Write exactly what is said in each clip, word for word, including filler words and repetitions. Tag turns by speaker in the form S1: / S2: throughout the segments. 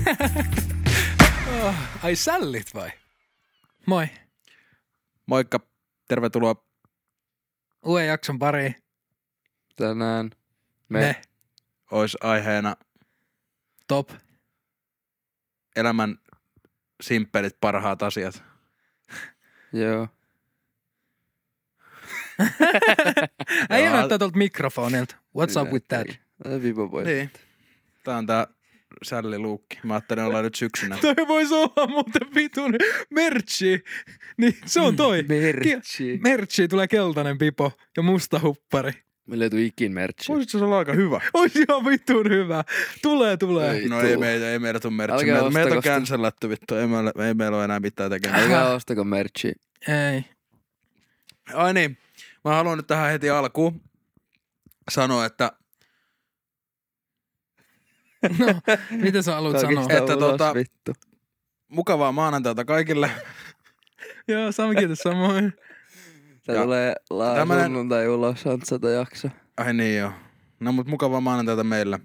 S1: Oh, ai sällit vai? Moi.
S2: Moikka, tervetuloa.
S1: Uuden jakson pariin.
S3: Tänään me,
S1: Me.
S2: Ois aiheena
S1: Top.
S2: elämän simppelit parhaat asiat.
S3: Joo.
S1: Äijä näyttää tuolta mikrofonilta. What's up with that?
S3: Vipo pois.
S2: Niin. Tää on tää sälliluukki. Mä ajattelin olla nyt syksynä.
S1: Toi vois olla muuten vitun merchi. Niin se on toi.
S3: Merchi.
S1: Merchi tulee keltainen pipo ja musta huppari.
S3: Meillä ei tule ikin merchi.
S2: Voisitko se olla aika hyvä?
S1: Ois ihan vitun hyvä. Tulee, tulee.
S3: Ei.
S2: No
S3: tuu.
S2: ei meitä, ei meitä tuu merchi.
S3: Älkää
S2: Meitä, meitä on
S3: ostako sitä.
S2: cancelattu vittu. Ei meillä, ei meillä ole enää mitään tekemään.
S3: Älkää ostako merchi.
S1: Ei.
S2: Ai niin. Mä haluan nyt tähän heti alkuun sanoa, että
S1: No, mitä sä haluat sanoa?
S3: Kaikista
S2: Että
S3: ulos,
S2: tota-
S3: vittu.
S2: mukavaa maanantaita kaikille.
S1: Joo, Sami, kiitos samoin.
S3: Tää
S2: Ja
S3: tulee laa
S2: tämmönen-
S3: sunnuntai ulos, on sata jakso.
S2: Ai niin joo. No mut mukavaa maanantaita meille.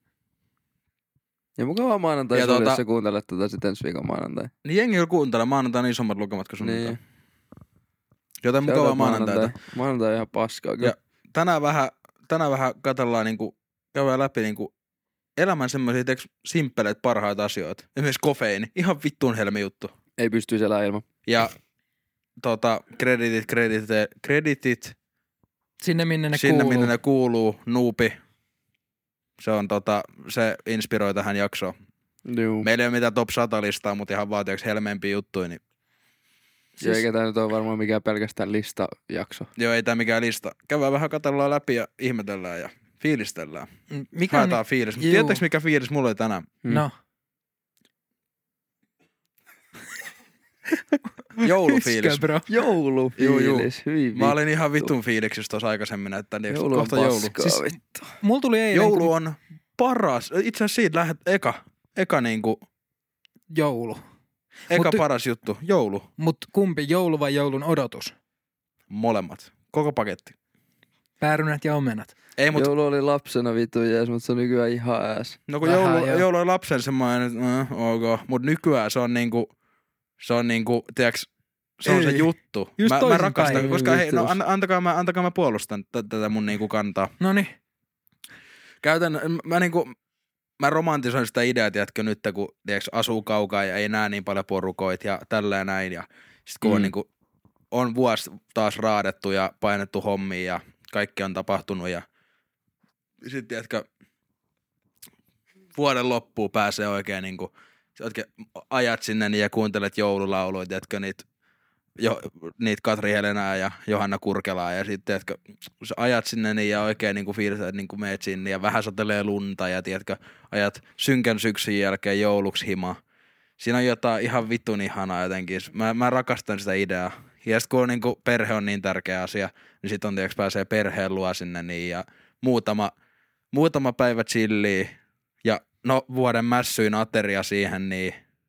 S3: Ja mukavaa maanantai
S2: Ja
S3: sulle,
S2: tota-
S3: jos sä kuuntelet tätä sit ensi viikon maanantai.
S2: Niin jengi kyllä kuuntelee. Maanantai on isommat lukemat kuin sunnuntai.
S3: Niin.
S2: Joten mukavaa
S3: Shoutout
S2: maanantaita.
S3: Maanantai on ihan paskaa kyllä.
S2: Ja tänään vähän, tänään vähän katsellaan niinku, käydään läpi niinku elämän semmoisia teks simppeleitä parhaita asioita. Esimerkiksi kofeiini. Ihan vittuun helmi juttu.
S3: Ei pysty elää ilman.
S2: Ja tota, kreditit, kreditit, kreditit
S1: Sinne minne ne
S2: sinne
S1: kuuluu.
S2: minne ne kuuluu. Nuupi. Se on tota, se inspiroi tähän jaksoon.
S3: Juu.
S2: Meillä ei ole mitään top sata listaa, mutta ihan vaatiaksi helmeempiä juttuja, niin
S3: Siis... Eikä tää nyt ole varmaan mikään pelkästään listajakso.
S2: joo, ei tää mikään lista. Käydään vähän katsellaan läpi ja ihmetellään ja fiilistellään.
S1: Mikä on...
S2: Haetaan fiilis.
S1: Juu.
S2: Tiedättekö mikä fiilis mulla oli tänään?
S3: Mm.
S1: No.
S2: Joulufiilis.
S1: Iskä, bro.
S3: Joulufiilis, hyvin
S2: Mä olin ihan vitun fiiliksissä tuossa aikaisemmin, että niin,
S3: Joulu on
S2: kohta joulu.
S3: paskaa,
S1: Siis-
S3: vittu.
S1: Mulla tuli eilen...
S2: Joulu on paras. Itse asiassa siitä lähdet eka. Eka niinku,
S1: Joulu.
S2: eka
S1: Mut-
S2: paras juttu. Joulu.
S1: Mut kumpi, joulu vai joulun odotus?
S2: Molemmat. Koko paketti.
S1: Päärynät ja omenat.
S2: Ei mut,
S3: Joulu oli lapsena vitu jees, mutta se on nykyään ihan ääs.
S2: no kun
S1: Vähän
S2: joulu,
S1: joo.
S2: joulu on lapsen semmoinen, että äh, ok. Mut nykyään se on niinku, se on niinku, tiiäks, se on
S1: Ei.
S2: se juttu.
S1: Just
S2: mä, mä
S1: toisinpäin.
S2: rakastan, koska hei, no
S3: Vitus.
S2: an- antakaa mä, antakaa mä puolustan t- tätä mun niinku kantaa.
S1: Noniin.
S2: Käytän, mä niinku, mä romantisoin sitä ideaa, tiedätkö, nyt kun tiedätkö, asuu kaukaa ja ei näe niin paljon porukoit ja tällä ja näin. Ja sit kun mm. on,
S3: Mm.
S2: niinku, on vuosi taas raadettu ja painettu hommiin ja kaikki on tapahtunut ja sit tiedätkö, vuoden loppuun pääsee oikein niinku, oikein ajat sinne niin ja kuuntelet joululauluja, tiedätkö, niitä jo, niitä Katri Helenää ja Johanna Kurkelaa ja sitten tiedätkö, sä ajat sinne niin ja oikein niinku fiilistät, että niinku meet sinne ja vähän satelee lunta ja tiedätkö, ajat synkän syksyn jälkeen jouluksi himaa. Siinä on jotain ihan vitun ihanaa jotenkin. Mä, mä rakastan sitä ideaa. Ja sit kun on niinku, perhe on niin tärkeä asia, niin sit on tiedätkö, pääsee perheen luo sinne niin ja muutama, muutama päivä chilliä ja no vuoden mässyin ateria siihen niin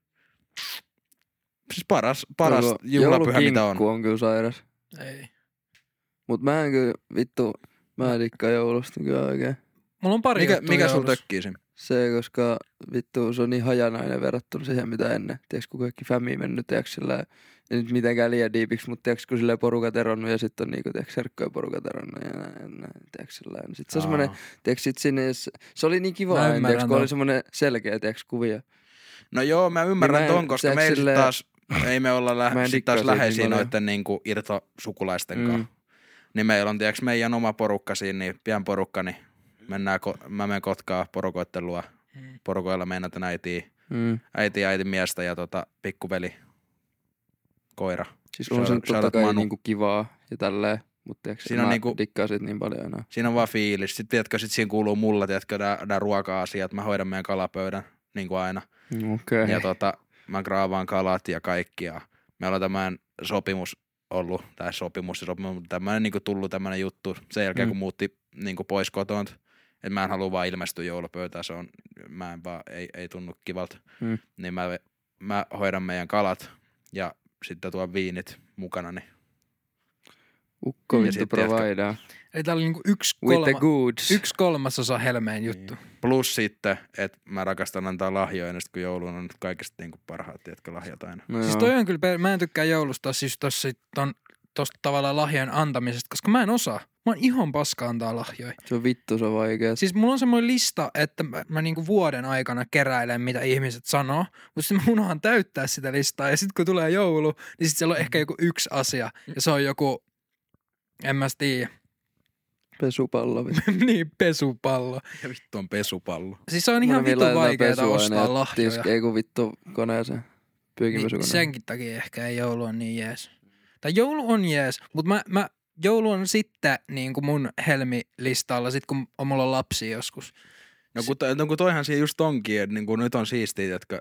S2: siis paras, paras
S3: Joulu-
S2: juhlapyhä mitä on.
S3: joulukinkku on kyllä sairas.
S1: Ei.
S3: Mut mä en kyllä, vittu, mä en dikkaa joulusta kyllä oikein.
S1: Mulla on pari
S2: Mikä,
S1: juttua
S2: mikä sulla
S1: joulussa.
S2: tökkii siinä?
S3: Se, koska vittu se on niin hajanainen verrattuna siihen mitä ennen. Tiedätkö, kun kaikki fami mennyt, tiedätkö, sillä ei nyt mitenkään liian diipiksi, mutta tiedätkö, kun silleen porukat eronnut ja sitten on niinku, tiedätkö, serkkoja porukat eronnut ja näin, ja näin tiedätkö, sillä Sitten se on semmonen, tiedätkö, sit sinne, se, se oli niin kiva
S1: Mä
S3: aina,
S1: ymmärrän
S3: tiedätkö, kun
S1: ton.
S3: oli semmonen selkeä, tiedätkö, kuvia.
S2: No joo, mä ymmärrän
S3: Niin mä en-
S2: ton, koska
S3: tiedätkö,
S2: meillä sit
S3: silleen-
S2: taas, ei me olla
S3: Mä en
S2: lä- sit
S3: dikkaa
S2: taas
S3: siitä niin
S2: läheisiä
S3: paljon.
S2: noitten niinku irtosukulaisten
S3: Mm.
S2: kanssa. Niin meillä on tiedätkö meidän oma porukka siinä, niin pian porukka, niin mennään, ko- mä menen Kotkaan porukoitten luo.
S1: Mm.
S2: Porukoilla meinataan äitiä,
S3: Mm.
S2: äiti, äiti miestä ja tota, pikkuveli, koira.
S3: Siis on
S2: Shout
S3: se
S2: out-
S3: nyt
S2: shout
S3: totta
S2: out
S3: kai
S2: Manu.
S3: niinku kivaa ja tälleen, mutta tiedätkö,
S2: Siinä on
S3: mä
S2: niinku-
S3: dikkaan siitä niin paljon enää.
S2: Siinä on vaan fiilis. Sitten tiedätkö, sit siinä kuuluu mulla, tiedätkö, nää ruoka-asiat. Mä hoidan meidän kalapöydän, niin kuin aina.
S3: Okei. Okay.
S2: Ja tota, mä graavaan kalat ja kaikki. Ja meillä on tämmöinen sopimus ollut, tai sopimus ja sopimus, mutta tämmöinen niin tullut tämmöinen juttu sen jälkeen,
S3: Mm.
S2: kun muutti niin kuin pois kotoon. Että mä en halua vaan ilmestyä joulupöytään, se on, mä en vaan, ei, ei tunnu kivalta.
S3: Mm.
S2: Niin mä, mä hoidan meidän kalat ja sitten tuon viinit mukana. Niin.
S3: Ukko
S2: Ja
S3: vittu
S2: sit tiedätkö-
S3: providea.
S1: Eli tää oli niinku yksi,
S3: With the
S1: kolma,
S3: goods.
S1: yksi kolmasosa Helmeen juttu.
S2: Plus sitten, että mä rakastan antaa lahjoja, ja sit kun joulun on nyt kaikista niinku parhaat, tiedätkö, lahjat aina.
S3: No
S1: Siis
S3: joo.
S1: toi on kyllä, per- mä en tykkää joulusta siis tossa, ton, tosta tavallaan lahjojen antamisesta, koska mä en osaa. Mä oon ihan paska antaa lahjoja.
S3: Se on vittu, se on vaikea.
S1: Siis mulla on semmoinen lista, että mä, mä niinku vuoden aikana keräilen, mitä ihmiset sanoo, mutta sitten mä unohan täyttää sitä listaa. Ja sitten kun tulee joulu, niin sitten siellä on ehkä joku yksi asia. Ja se on joku, en mä tiedä,
S3: Pesupallo.
S1: niin pesupallo.
S2: Ja vittu on pesupallo.
S1: Siis se on ihan vittu vaikeaa ostaa lahjoja.
S3: Tiskei kun vittu koneeseen.
S1: Niin,
S3: Pyykinpesukoneeseen.
S1: senkin takia ehkä ei joulu on niin jees. Tai joulu on jees, mutta mä, mä, joulu on sitten niin kuin mun helmilistalla, sit kun on mulla lapsia joskus.
S2: No kun, to, no kun toihan siinä just onkin, että niin nyt on siistiä, jotka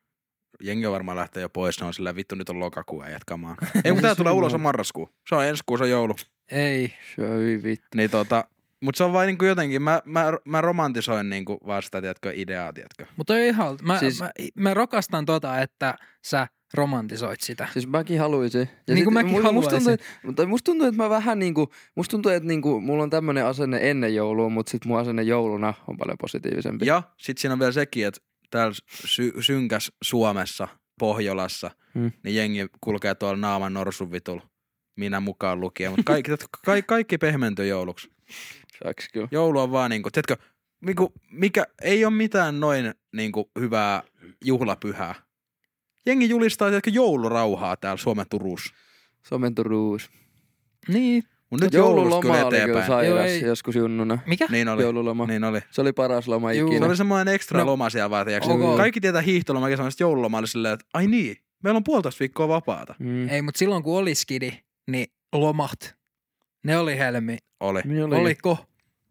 S2: jengi varmaan lähtee jo pois, ne on sillä vittu nyt on lokakuu ja jatkamaan. Ei, kun tää tulee ulos on marraskuu. Se on ensi kuussa joulu.
S1: Ei.
S3: Se on hyvin vittu.
S2: Niin tota, mut se on vain niinku jotenkin, mä, mä, mä romantisoin niinku vasta, tiedätkö, ideaa, tiedätkö.
S1: Mutta ei ihan, mä,
S3: Siis-
S1: mä, mä rakastan tota, että sä romantisoit sitä.
S3: Siis mäkin haluaisin. Ja
S1: Niin
S3: sit
S1: kuin mäkin
S3: musta
S1: haluaisin.
S3: tuntuu, että, mutta musta tuntuu, että mä vähän niinku, musta tuntuu, että niinku, mulla on tämmönen asenne ennen joulua, mutta sit mun asenne jouluna on paljon positiivisempi.
S2: Ja sit siinä on vielä sekin, että täällä sy- synkäs Suomessa, Pohjolassa,
S3: Hmm.
S2: niin jengi kulkee tuolla naaman norsun vitulla. Minä mukaan lukien, mutta kaikki, ka- kaikki pehmentyy jouluksi.
S3: Saaks kyllä?
S2: Joulu on vaan niinku, tiedätkö, niinku, mikä, ei ole mitään noin niinku hyvää juhlapyhää. Jengi julistaa, tiedätkö, joulurauhaa täällä Suomen Turussa.
S3: Somenturuus.
S1: Niin.
S2: Mut nyt joulusta kyllä
S3: Joululoma oli kyllä
S2: eteenpäin.
S3: sairas
S1: Joo, ei-
S3: joskus junnuna.
S1: Mikä?
S2: Niin oli,
S3: Joululoma.
S2: niin oli.
S3: Se oli paras loma
S1: Juu.
S3: ikinä.
S2: Se oli semmoinen ekstra
S1: No.
S2: loma siellä vaan, tiedätkö.
S1: Ok.
S2: Kaikki tietää hiihtoloma, mikä semmoista joululoma oli silleen, että ai niin, meillä on puolitoista viikkoa vapaata.
S3: Mm.
S1: Ei, mutta silloin kun oli skidi, niin lomat, ne oli helmi.
S2: Oli.
S3: Niin oli.
S1: Oliko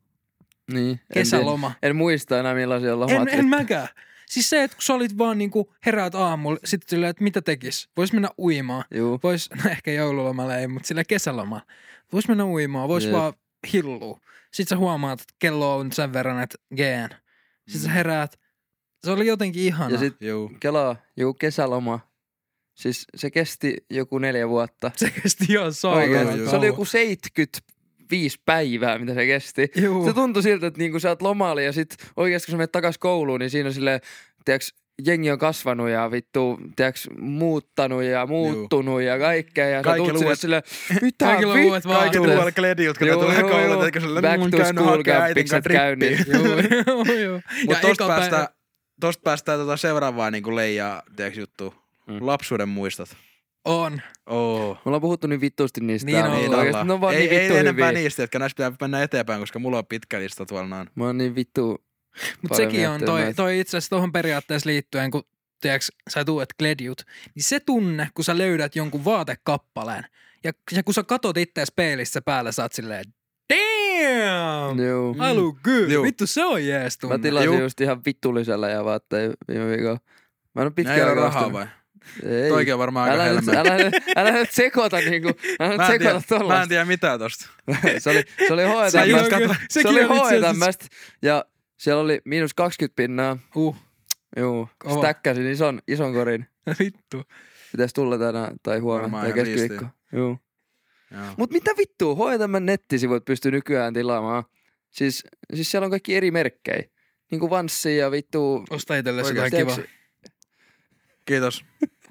S3: Niin. En,
S1: kesäloma?
S3: tiedä. en muista enää millaisia lomat.
S1: En, en mäkään. Siis se, että kun sä olit vaan niinku heräät aamulla, sit silleen, että mitä tekis? Vois mennä uimaan.
S3: Juu.
S1: Vois, no ehkä joululomalle ei, mutta sillä kesälomalla. Vois mennä uimaan, vois
S3: Jep.
S1: vaan hillua. Sit sä huomaat, että kello on sen verran, että geen. Sit sä heräät. Se oli jotenkin ihanaa.
S3: Ja sit
S2: Juu.
S3: kelaa, juu, kesäloma. Siis se kesti joku neljä vuotta.
S1: Se kesti ihan
S3: Oikeesti.
S1: saakana.
S3: Se oli joku seitsemänkymmentäviisi päivää, mitä se kesti.
S1: Juu.
S3: Se tuntui siltä, että niinku sä oot lomailla ja sit oikeesti kun sä menet takas kouluun, niin siinä on silleen, tiiäks, jengi on kasvanut ja vittu, tiiäks, muuttanut ja muuttunut ja kaikkea. Ja
S2: Kaikilla
S3: sä tuut
S2: uudet-
S3: silleen, mitä
S1: Kaikilla on
S3: vittu?
S1: uudet
S2: Kaikki
S1: vaatteet.
S2: tuolla kledit, jotka ne
S3: Joo,
S2: tulee
S3: joo,
S2: kouluun,
S3: joo.
S2: teikö sille
S3: Back
S2: mun
S3: to
S2: käynyt
S3: school
S2: hakea äitin
S3: käppikset
S2: kanssa
S3: käynnin.
S2: trippiä.
S1: Joo, joo, joo.
S2: Mut
S1: Ja
S2: tosta
S1: eka
S2: päästään,
S1: päivä-
S2: tosta päästään tota seuraavaa niinku leijaa, tiedätkö juttu.
S3: Mm.
S2: Lapsuuden muistot.
S1: On.
S2: Oo.
S3: Me ollaan puhuttu niin vittuusti niistä.
S1: Niin
S3: täällä,
S1: ollaan.
S3: mutta oikeesti ne on vaan
S2: ei,
S3: niin
S2: ei
S3: vittu
S2: enempää
S3: hyviä.
S2: niistä, jotka näistä pitää mennä eteenpäin, koska mulla on pitkä lista tuolla noin.
S3: Mä oon niin vittu
S1: Mutta
S3: paljon
S1: sekin on,
S3: miettinyt
S1: toi,
S3: näitä.
S1: toi itse asiassa tuohon periaatteessa liittyen, kun tiedätkö, sä tuet gledjut, niin se tunne, kun sä löydät jonkun vaatekappaleen, ja, ja kun sä katot itseäsi peilissä päällä, sä oot silleen, damn,
S3: Joo.
S1: I look good,
S2: Juu.
S1: vittu se on jees tunne.
S3: Mä tilasin
S2: Juu.
S3: just ihan vitullisella ja vaattein viime viikolla. Mä en oo
S2: Nää
S3: pitkään
S2: ei ole
S3: aikaa
S2: rahaa
S3: ostanut.
S2: vai?
S3: Ei.
S2: Toikin on varmaan aika
S3: Älä nyt,
S2: helmeä.
S3: älä, nyt, älä nyt sekoita niinku. Älä
S2: Mä
S3: nyt
S2: en, tiedä,
S3: sekoita
S2: mä en
S3: tollaista.
S2: tiedä mitään tosta.
S3: Se oli, se oli H
S1: Sekin on
S3: M.
S1: kyllä-
S3: Se
S1: sekin
S3: oli
S1: on itse asiassa-
S3: H M. Ja siellä oli miinus kaksikymmentä pinnaa.
S1: Uh,
S3: Juu.
S1: Kova.
S3: Stäkkäsin ison, ison korin.
S1: vittu.
S3: Pitäis tulla tänään tai huomenna
S2: Varmaan
S3: tai
S2: ihan
S3: keskiviikko. Juu.
S2: Joo.
S3: Mut mitä vittua, H M nettisivut pystyy nykyään tilaamaan. Siis, siis siellä on kaikki eri merkkejä. Niinku Vanssi ja vittu.
S1: Osta itsellesi
S2: Oikeesti.
S1: jotain kivaa.
S2: Kiitos.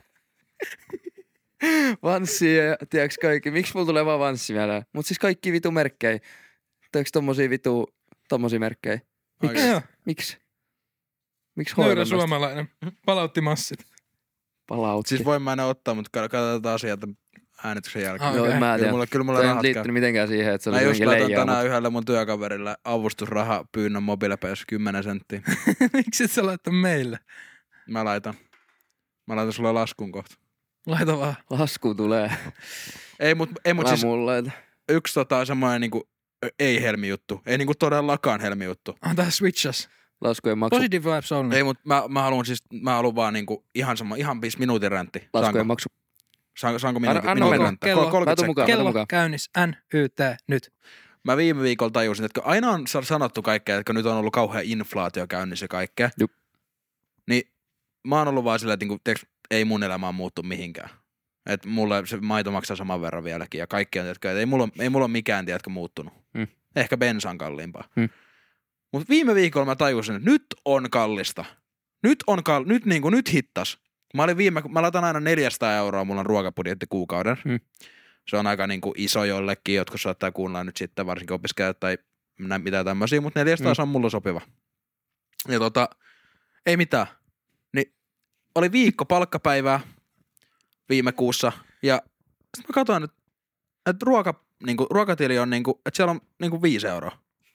S3: Vanssi ja tiiäks kaikki. Miksi mulla tulee vaan Vanssi mieleen? Mut siis kaikki vitu merkkejä. Tiiäks tommosia vitu, tommosia merkkejä?
S2: Oikeesti.
S1: Joo,
S3: Miksi? Miksi
S1: nöyrä
S3: H M
S1: suomalainen. Palautti massit.
S3: palautti?
S2: Siis voin mä ne ottaa, mutta katsotaan sieltä äänityksen jälkeen.
S1: Ah,
S3: Joo,
S1: okei.
S3: en mä
S2: Kyllä
S3: tiedä.
S2: mulla, kyllä mulla
S3: Se ei
S2: rahat
S3: nyt
S2: käy.
S3: liittynyt mitenkään siihen, että se oli
S2: Mä just
S3: jotenkin
S2: laitoin
S3: leijaa.
S2: tänään yhdelle mun työkaverille avustusraha pyynnön mobiilepeessä kymmenen senttiä.
S1: Miksi et sä laittaa meille?
S2: Mä laitan. Mä laitan sulle laskun kohta.
S1: Laita vaan.
S3: Lasku tulee.
S2: Ei mut, ei mut
S3: Mä
S2: siis
S3: mulla laitan.
S2: yksi tota semmoinen niinku ei helmijuttu. Ei niinku todellakaan helmijuttu.
S1: On tää switchas.
S3: Laskujen maksu.
S1: Positive vibes only.
S2: Ei mut mä, mä haluan siis, mä haluan vaan niinku ihan semmo, ihan viisi minuutin räntti.
S3: Laskujen
S2: Saanko,
S3: maksu.
S2: saanko, saanko
S3: Anna-
S2: minuutin,
S3: anna
S2: minuutin
S3: mennä.
S2: ränttää?
S1: Kello.
S2: Kol- kolmekymmentä
S3: Mä tuun mukaan.
S2: sekkaa.
S1: Kello
S3: mukaan.
S1: käynnissä. N, Y, T, nyt.
S2: Mä viime viikolla tajusin, että kun aina on sa- sanottu kaikkea, että kun nyt on ollut kauhea inflaatio käynnissä ja kaikkea.
S3: Jup.
S2: Niin mä oon ollut vaan silleen, että niinku, tiiäks, ei mun elämä on muuttu mihinkään. Että mulle se maito maksaa saman verran vieläkin ja kaikki on, tiedätkö, että ei mulla, ei mulla ole mikään, tiedätkö, muuttunut.
S3: Mm.
S2: Ehkä bensan kalliimpaa.
S3: Hmm.
S2: Mutta viime viikolla mä tajusin, että nyt on kallista. Nyt on kal- nyt niinku nyt hittas. Mä olin viime, mä laitan aina neljäsataa euroa, mulla on ruokabudjetti kuukauden.
S3: Hmm.
S2: Se on aika niinku iso jollekin, jotka saattaa kuunnella nyt sitten varsinkin opiskelijat tai mitä tämmöisiä, mutta neljäsataa hmm. on mulla sopiva. Ja tota, ei mitään. Niin oli viikko palkkapäivää viime kuussa ja sitten mä katsoin, että, että ruoka, niinku, ruokatili on niinku, että siellä on niinku viisi euroa.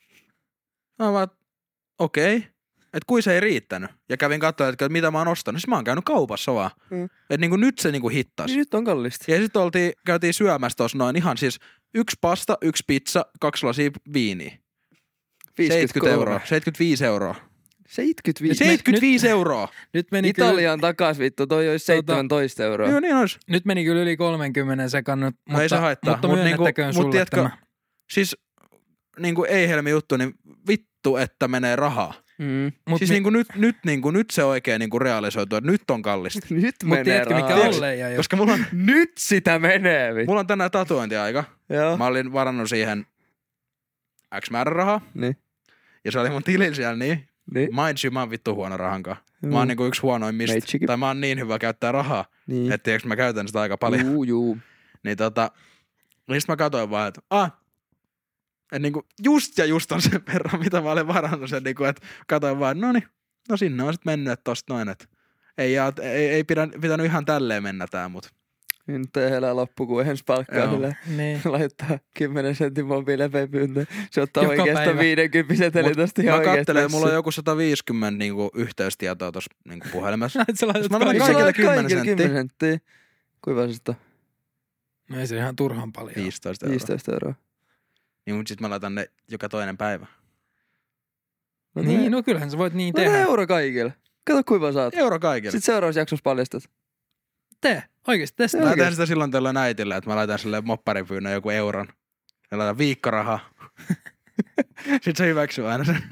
S2: Mä vaan, okei. Okay. Että kui se ei riittänyt. Ja kävin katsoa, että mitä mä oon ostanut. Siis mä oon käynyt kaupassa vaan. Mm. Että niinku nyt se niinku hittas.
S3: Niin nyt on kallista.
S2: Ja sitten oltiin, käytiin syömässä tuossa noin ihan siis yksi pasta, yksi pizza, kaksi lasia viiniä. seitsemänkymmentä euroa. seitsemänkymmentäviisi euroa.
S3: seitsemänkymmentäviisi.
S2: seitsemänkymmentäviisi euroa.
S1: Nyt meni
S3: Italiaan kyllä takas vittu, toi olisi seitsemäntoista euroa.
S2: Joo, niin olisi.
S1: Nyt meni kyllä yli kolmekymmentä sekannut,
S2: No
S1: mutta,
S2: ei se haittaa.
S1: mutta
S2: Mut
S1: myönnettäköön
S2: niinku,
S1: sulle
S2: mut tiedätkö,
S1: tämä.
S2: Siis niinku ei helmi juttu, niin vittu, että menee rahaa.
S3: Mm.
S1: Mut
S2: Siis
S1: mi-
S2: niinku nyt, nyt, niinku, nyt se oikein niinku realisoituu, että nyt on kallista.
S3: Nyt
S1: Mut
S3: menee
S1: tiedätkö mikä
S3: rahaa.
S1: on leija jo?
S2: Koska mulla on,
S3: Nyt sitä menee vittu.
S2: mulla on tänään tatuointiaika.
S3: Joo.
S2: Mä olin varannut siihen X määrä rahaa.
S3: Niin.
S2: Ja se oli mun tilin siellä niin.
S3: Niin.
S2: Mind you, mä oon vittu huono rahankaan.
S3: Mm.
S2: Mä oon niinku yksi huonoimmista.
S3: Meitsikin.
S2: Tai mä oon niin hyvä käyttää rahaa.
S3: Niin.
S2: Että tiiäks mä käytän sitä aika paljon.
S3: Juu, juu.
S2: Niin tota, niin sit mä katsoin vaan, että ah, et niinku just ja just on sen verran, mitä mä olen varannut sen, niinku, että katsoin vaan, no niin, no sinne on sit mennyt, että tosta noin, että ei, jaa, ei, ei pidä, pitänyt ihan tälleen mennä tää, mut.
S3: Niin nyt ei elää loppukuun ensi palkkaa
S2: Joo.
S3: sille.
S1: Niin.
S3: Laittaa kymmenen sentin mobiilepepyyntö. Se ottaa
S1: Joka
S3: oikeastaan
S1: päivä.
S3: viisikymmentä seteli
S2: Mut
S3: tosta ihan
S2: mä kattelen,
S3: oikeesti.
S2: mulla on joku sata viisikymmentä niinku yhteystietoa tossa niinku puhelimessa.
S1: Et sä laitat
S2: Mä laitan
S1: kaikille.
S2: kaikille kymmenen
S3: Kaikille
S2: senttiä.
S3: kymmenen senttiä. Kuinka se on?
S1: No ei se ihan turhan paljon.
S2: viisitoista euroa.
S3: viisitoista euroa.
S2: Niin mut sit mä laitan ne joka toinen päivä.
S3: No
S1: Niin,
S3: tää-
S1: no kyllähän sä voit niin
S3: no tää
S1: tehdä.
S3: euro kaikille. Kato kuinka saat.
S2: Euro kaikille.
S3: Sitten seuraavassa jaksossa paljastat.
S1: Tee. Oikeesti testaa.
S2: Mä
S3: Oikeesti.
S2: teen sitä silloin tällöin äitille, että mä laitan sille mopparipyynnön joku euron. Ja laitan viikkorahaa. Sitten se hyväksyy aina sen.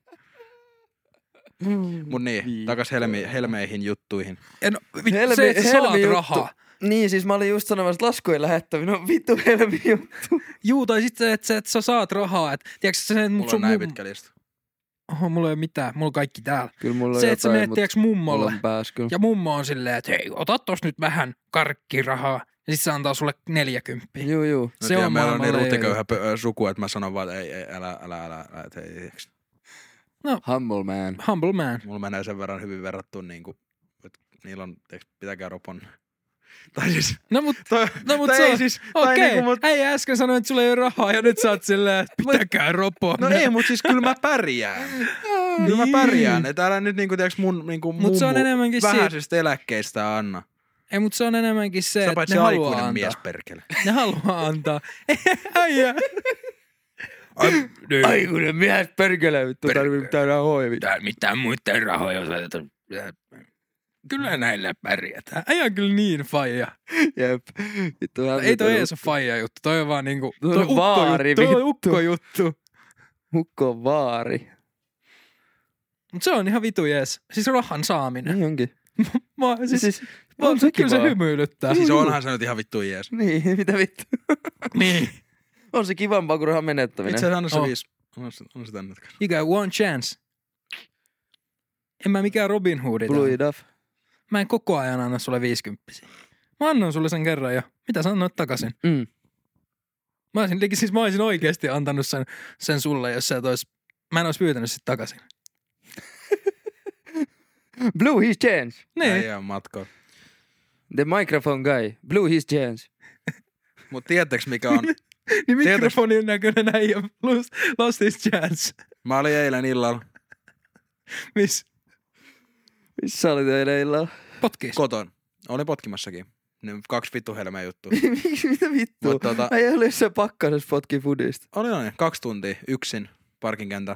S2: Mut niin, takas helmi, helmeihin juttuihin.
S1: En, vittu,
S3: Helmi-
S1: se, että sä saat
S3: helmi juttu.
S1: rahaa.
S3: Niin, siis mä olin just sanomassa, että laskujen lähettäminen on vittu helmi juttu.
S1: Juu, tai sitten se, että, se, että sä saat rahaa. Et, tiedätkö se, että
S2: Mulla on näin pitkä lista.
S1: Oho, mulla ei ole mitään. Mulla on kaikki täällä.
S3: Kyllä mulla on
S1: Se, että sä
S3: jotain,
S1: menet,
S3: mut
S1: tiedätkö,
S3: mulla
S1: mummolle.
S3: on pääs kyllä.
S1: Ja mummo on silleen, että hei, ota tos nyt vähän karkkirahaa. Ja sit se antaa sulle neljäkymppiä.
S3: Juu, juu.
S2: No
S1: Se
S2: tiedän,
S1: on
S2: meillä on niin
S1: maailman
S2: ruttiköyhä pö- suku, että mä sanon vaan, että ei, ei, älä, älä, älä, älä, että ei, eiks.
S3: Humble man.
S1: Humble man.
S2: Mulla menee sen verran hyvin verrattuun niinku, että niillä on, teeks, pitäkää ropon. Tai siis,
S1: No mut,
S2: toi,
S1: no mut
S2: tai
S1: se
S2: ei
S1: on,
S2: siis, tai
S1: okei.
S2: niinku, mut,
S1: Äijä äsken sanoi, että sulla ei ole rahaa ja nyt sä oot silleen, että pitäkää ropoa.
S2: no ei, mut siis kyllä mä pärjään. Kyllä mä
S1: Niin.
S2: pärjään, että älä nyt niinku, tiiäks mun niinku
S1: Mut se on
S2: mummu
S1: enemmänkin siitä.
S2: vähäisistä eläkkeistä anna.
S1: Ei, mut se on enemmänkin se,
S2: Sä
S1: että
S2: paitsi
S1: ne haluaa
S2: aikuinen
S1: antaa.
S2: mies perkele.
S1: Ne haluaa antaa. Äijä.
S3: Aikuinen mies perkele, vittu tarvii mitään rahoja.
S1: Tää mitään muita rahoja. Kyllä näillä pärjätään. Äijä on kyllä niin faija.
S3: Jep. Vittu hän
S1: Ei toi ees ole faija juttu. Toi on vaan niinku...
S3: Toi on
S1: ukko
S3: vaari,
S1: juttu. Toi on
S3: vittu.
S1: ukko juttu.
S3: Hukko on vaari.
S1: Mut se on ihan vitu jees. Siis rahan saaminen.
S3: Niin onkin.
S1: Mä, siis,
S3: Siis,
S1: mä,
S3: on se
S1: kyllä se
S3: kivaa.
S1: hymyilyttää.
S2: Siis onhan se nyt ihan vittu jees.
S3: Niin, mitä vittu.
S1: Niin.
S3: On se kivampaa kuin rahan menettäminen.
S2: Itse asiassa anna se
S1: Oh.
S2: viisi. On se, on se tänne.
S1: You got one chance. En mä mikään Robin Hood.
S3: Blue Duff.
S1: Mä en koko ajan anna sulle viisikymppisiä. Mä annan sulle sen kerran ja mitä sä annoit takaisin?
S3: Mm.
S1: Mä olisin, siis mä olisin oikeesti antanut sen, sen sulle, jos sä et ois, mä en ois pyytänyt sit takaisin.
S3: Blue his chance.
S1: Niin.
S2: Ei oo matkoa.
S3: The microphone guy. Blue his chance.
S2: Mut tiedättekö mikä on?
S1: Niin mikrofonin näköinen äijä plus lost his chance.
S2: Mä olin eilen illalla
S1: Miss?
S3: Missä olit eilen illalla?
S1: Potkis.
S2: koton. Olin potkimassakin. Ne kaksi vittu helmeä juttua.
S3: Miksi, mitä vittua?
S2: Mut tota,
S3: Ei ole se pakkasessa potki foodista.
S2: oli oli kaksi tuntia yksin parkinkentällä.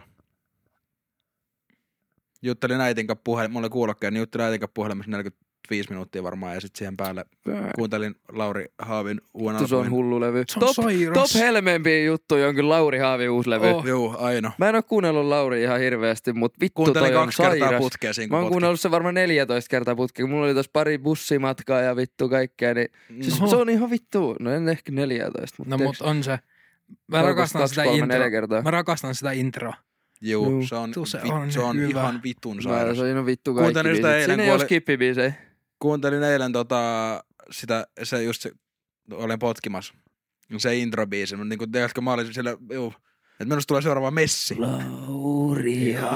S2: Juttelin äitin kanssa puhelimessa, mulla oli kuulokkeja, niin juttelin äitin kanssa puhelimessa neljäkymmentäviisi minuuttia varmaan ja sitten siihen päälle kuuntelin Lauri Haavin uuden
S3: Se on hullu levy.
S1: Se on
S3: top,
S1: sairas.
S3: top helmeempiä juttuja on kyllä Lauri Haavin uusi levy.
S1: Oh.
S2: Juu, aino.
S3: Mä en oo kuunnellut Lauri ihan hirveästi, mut vittu
S2: Kuuntelin
S3: toi on
S2: kaksi kertaa
S3: sairas.
S2: putkea siinä,
S3: Mä
S2: kun
S3: oon
S2: potki.
S3: kuunnellut se varmaan neljätoista kertaa putkea. Mulla oli tossa pari bussimatkaa ja vittu kaikkea, niin siis
S1: Oho.
S3: se on ihan vittu. No en ehkä neljätoista, mutta
S1: No mut on se. Mä rakastan
S3: kaksi,
S1: sitä
S3: kolme,
S1: introa.
S3: neljä kertaa.
S1: Mä rakastan sitä introa.
S2: Juu,
S3: Juu.
S2: se on,
S1: Tuu, se
S2: vi,
S1: on
S2: se on
S1: hyvä.
S2: ihan vitun
S3: Mä
S2: sairas.
S3: se on vittu kaikki
S2: Kuuntelin sitä
S3: biisit.
S2: eilen,
S3: Siinä ei
S2: kun
S3: ole
S2: oli-
S3: skippibiisejä.
S2: Kuuntelin eilen tota, sitä, se just se, olen potkimassa. Se introbiisi, mutta niinku, tiedätkö, mä olin siellä, juu, että minusta tulee seuraava messi.
S1: Lauria,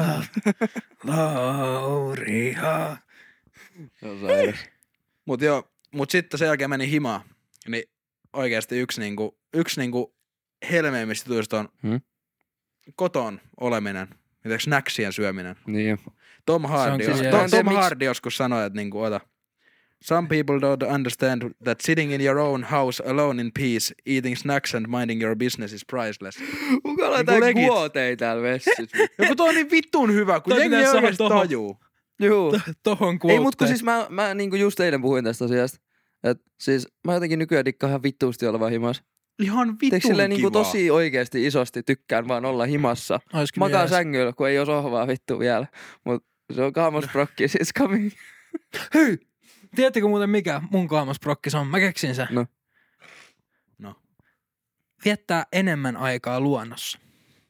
S1: Lauria.
S3: Se on sairas.
S2: Mut joo, mut sitten sen jälkeen meni himaan. Niin oikeasti yksi niinku, yksi niinku helmeimmistä jutuista on
S3: Hmm?
S2: koton oleminen. Mitäks snäksien syöminen.
S3: Niin jo.
S2: Tom Hardy,
S1: siis
S2: Tom,
S1: jees.
S2: Tom,
S3: Mä en tiedä, miksi-
S2: Hardy joskus sanoi, että niinku, ota. Some people don't understand that sitting in your own house alone in peace, eating snacks and minding your business is priceless.
S3: Kuka laittaa
S2: legit.
S3: kuotei täällä vessissä?
S2: Joku toi on niin vittun hyvä, kun
S1: Toi
S2: jengi ei
S1: pitäisi
S2: oikeesti
S1: saada tohon.
S2: tajuu.
S3: Juu.
S1: Tohon
S3: Ei, mut kun
S1: quoteen.
S3: siis mä, mä niinku just eilen puhuin tästä asiasta. Et siis mä jotenkin nykyään dikkaan ihan vittuusti olla vaan himas.
S2: Ihan vitun
S3: Teekö silleen
S2: kivaa.
S3: niinku tosi oikeesti isosti tykkään vaan olla himassa.
S1: Olisiko
S3: Makaa
S1: jees.
S3: sängyllä, kun ei oo sohvaa vittu vielä. Mut se on kaamosprokki siis coming.
S1: Hei! Tiedättekö muuten mikä mun kaamosprokkis on? Mä keksin sen.
S3: No.
S2: No.
S1: Viettää enemmän aikaa luonnossa.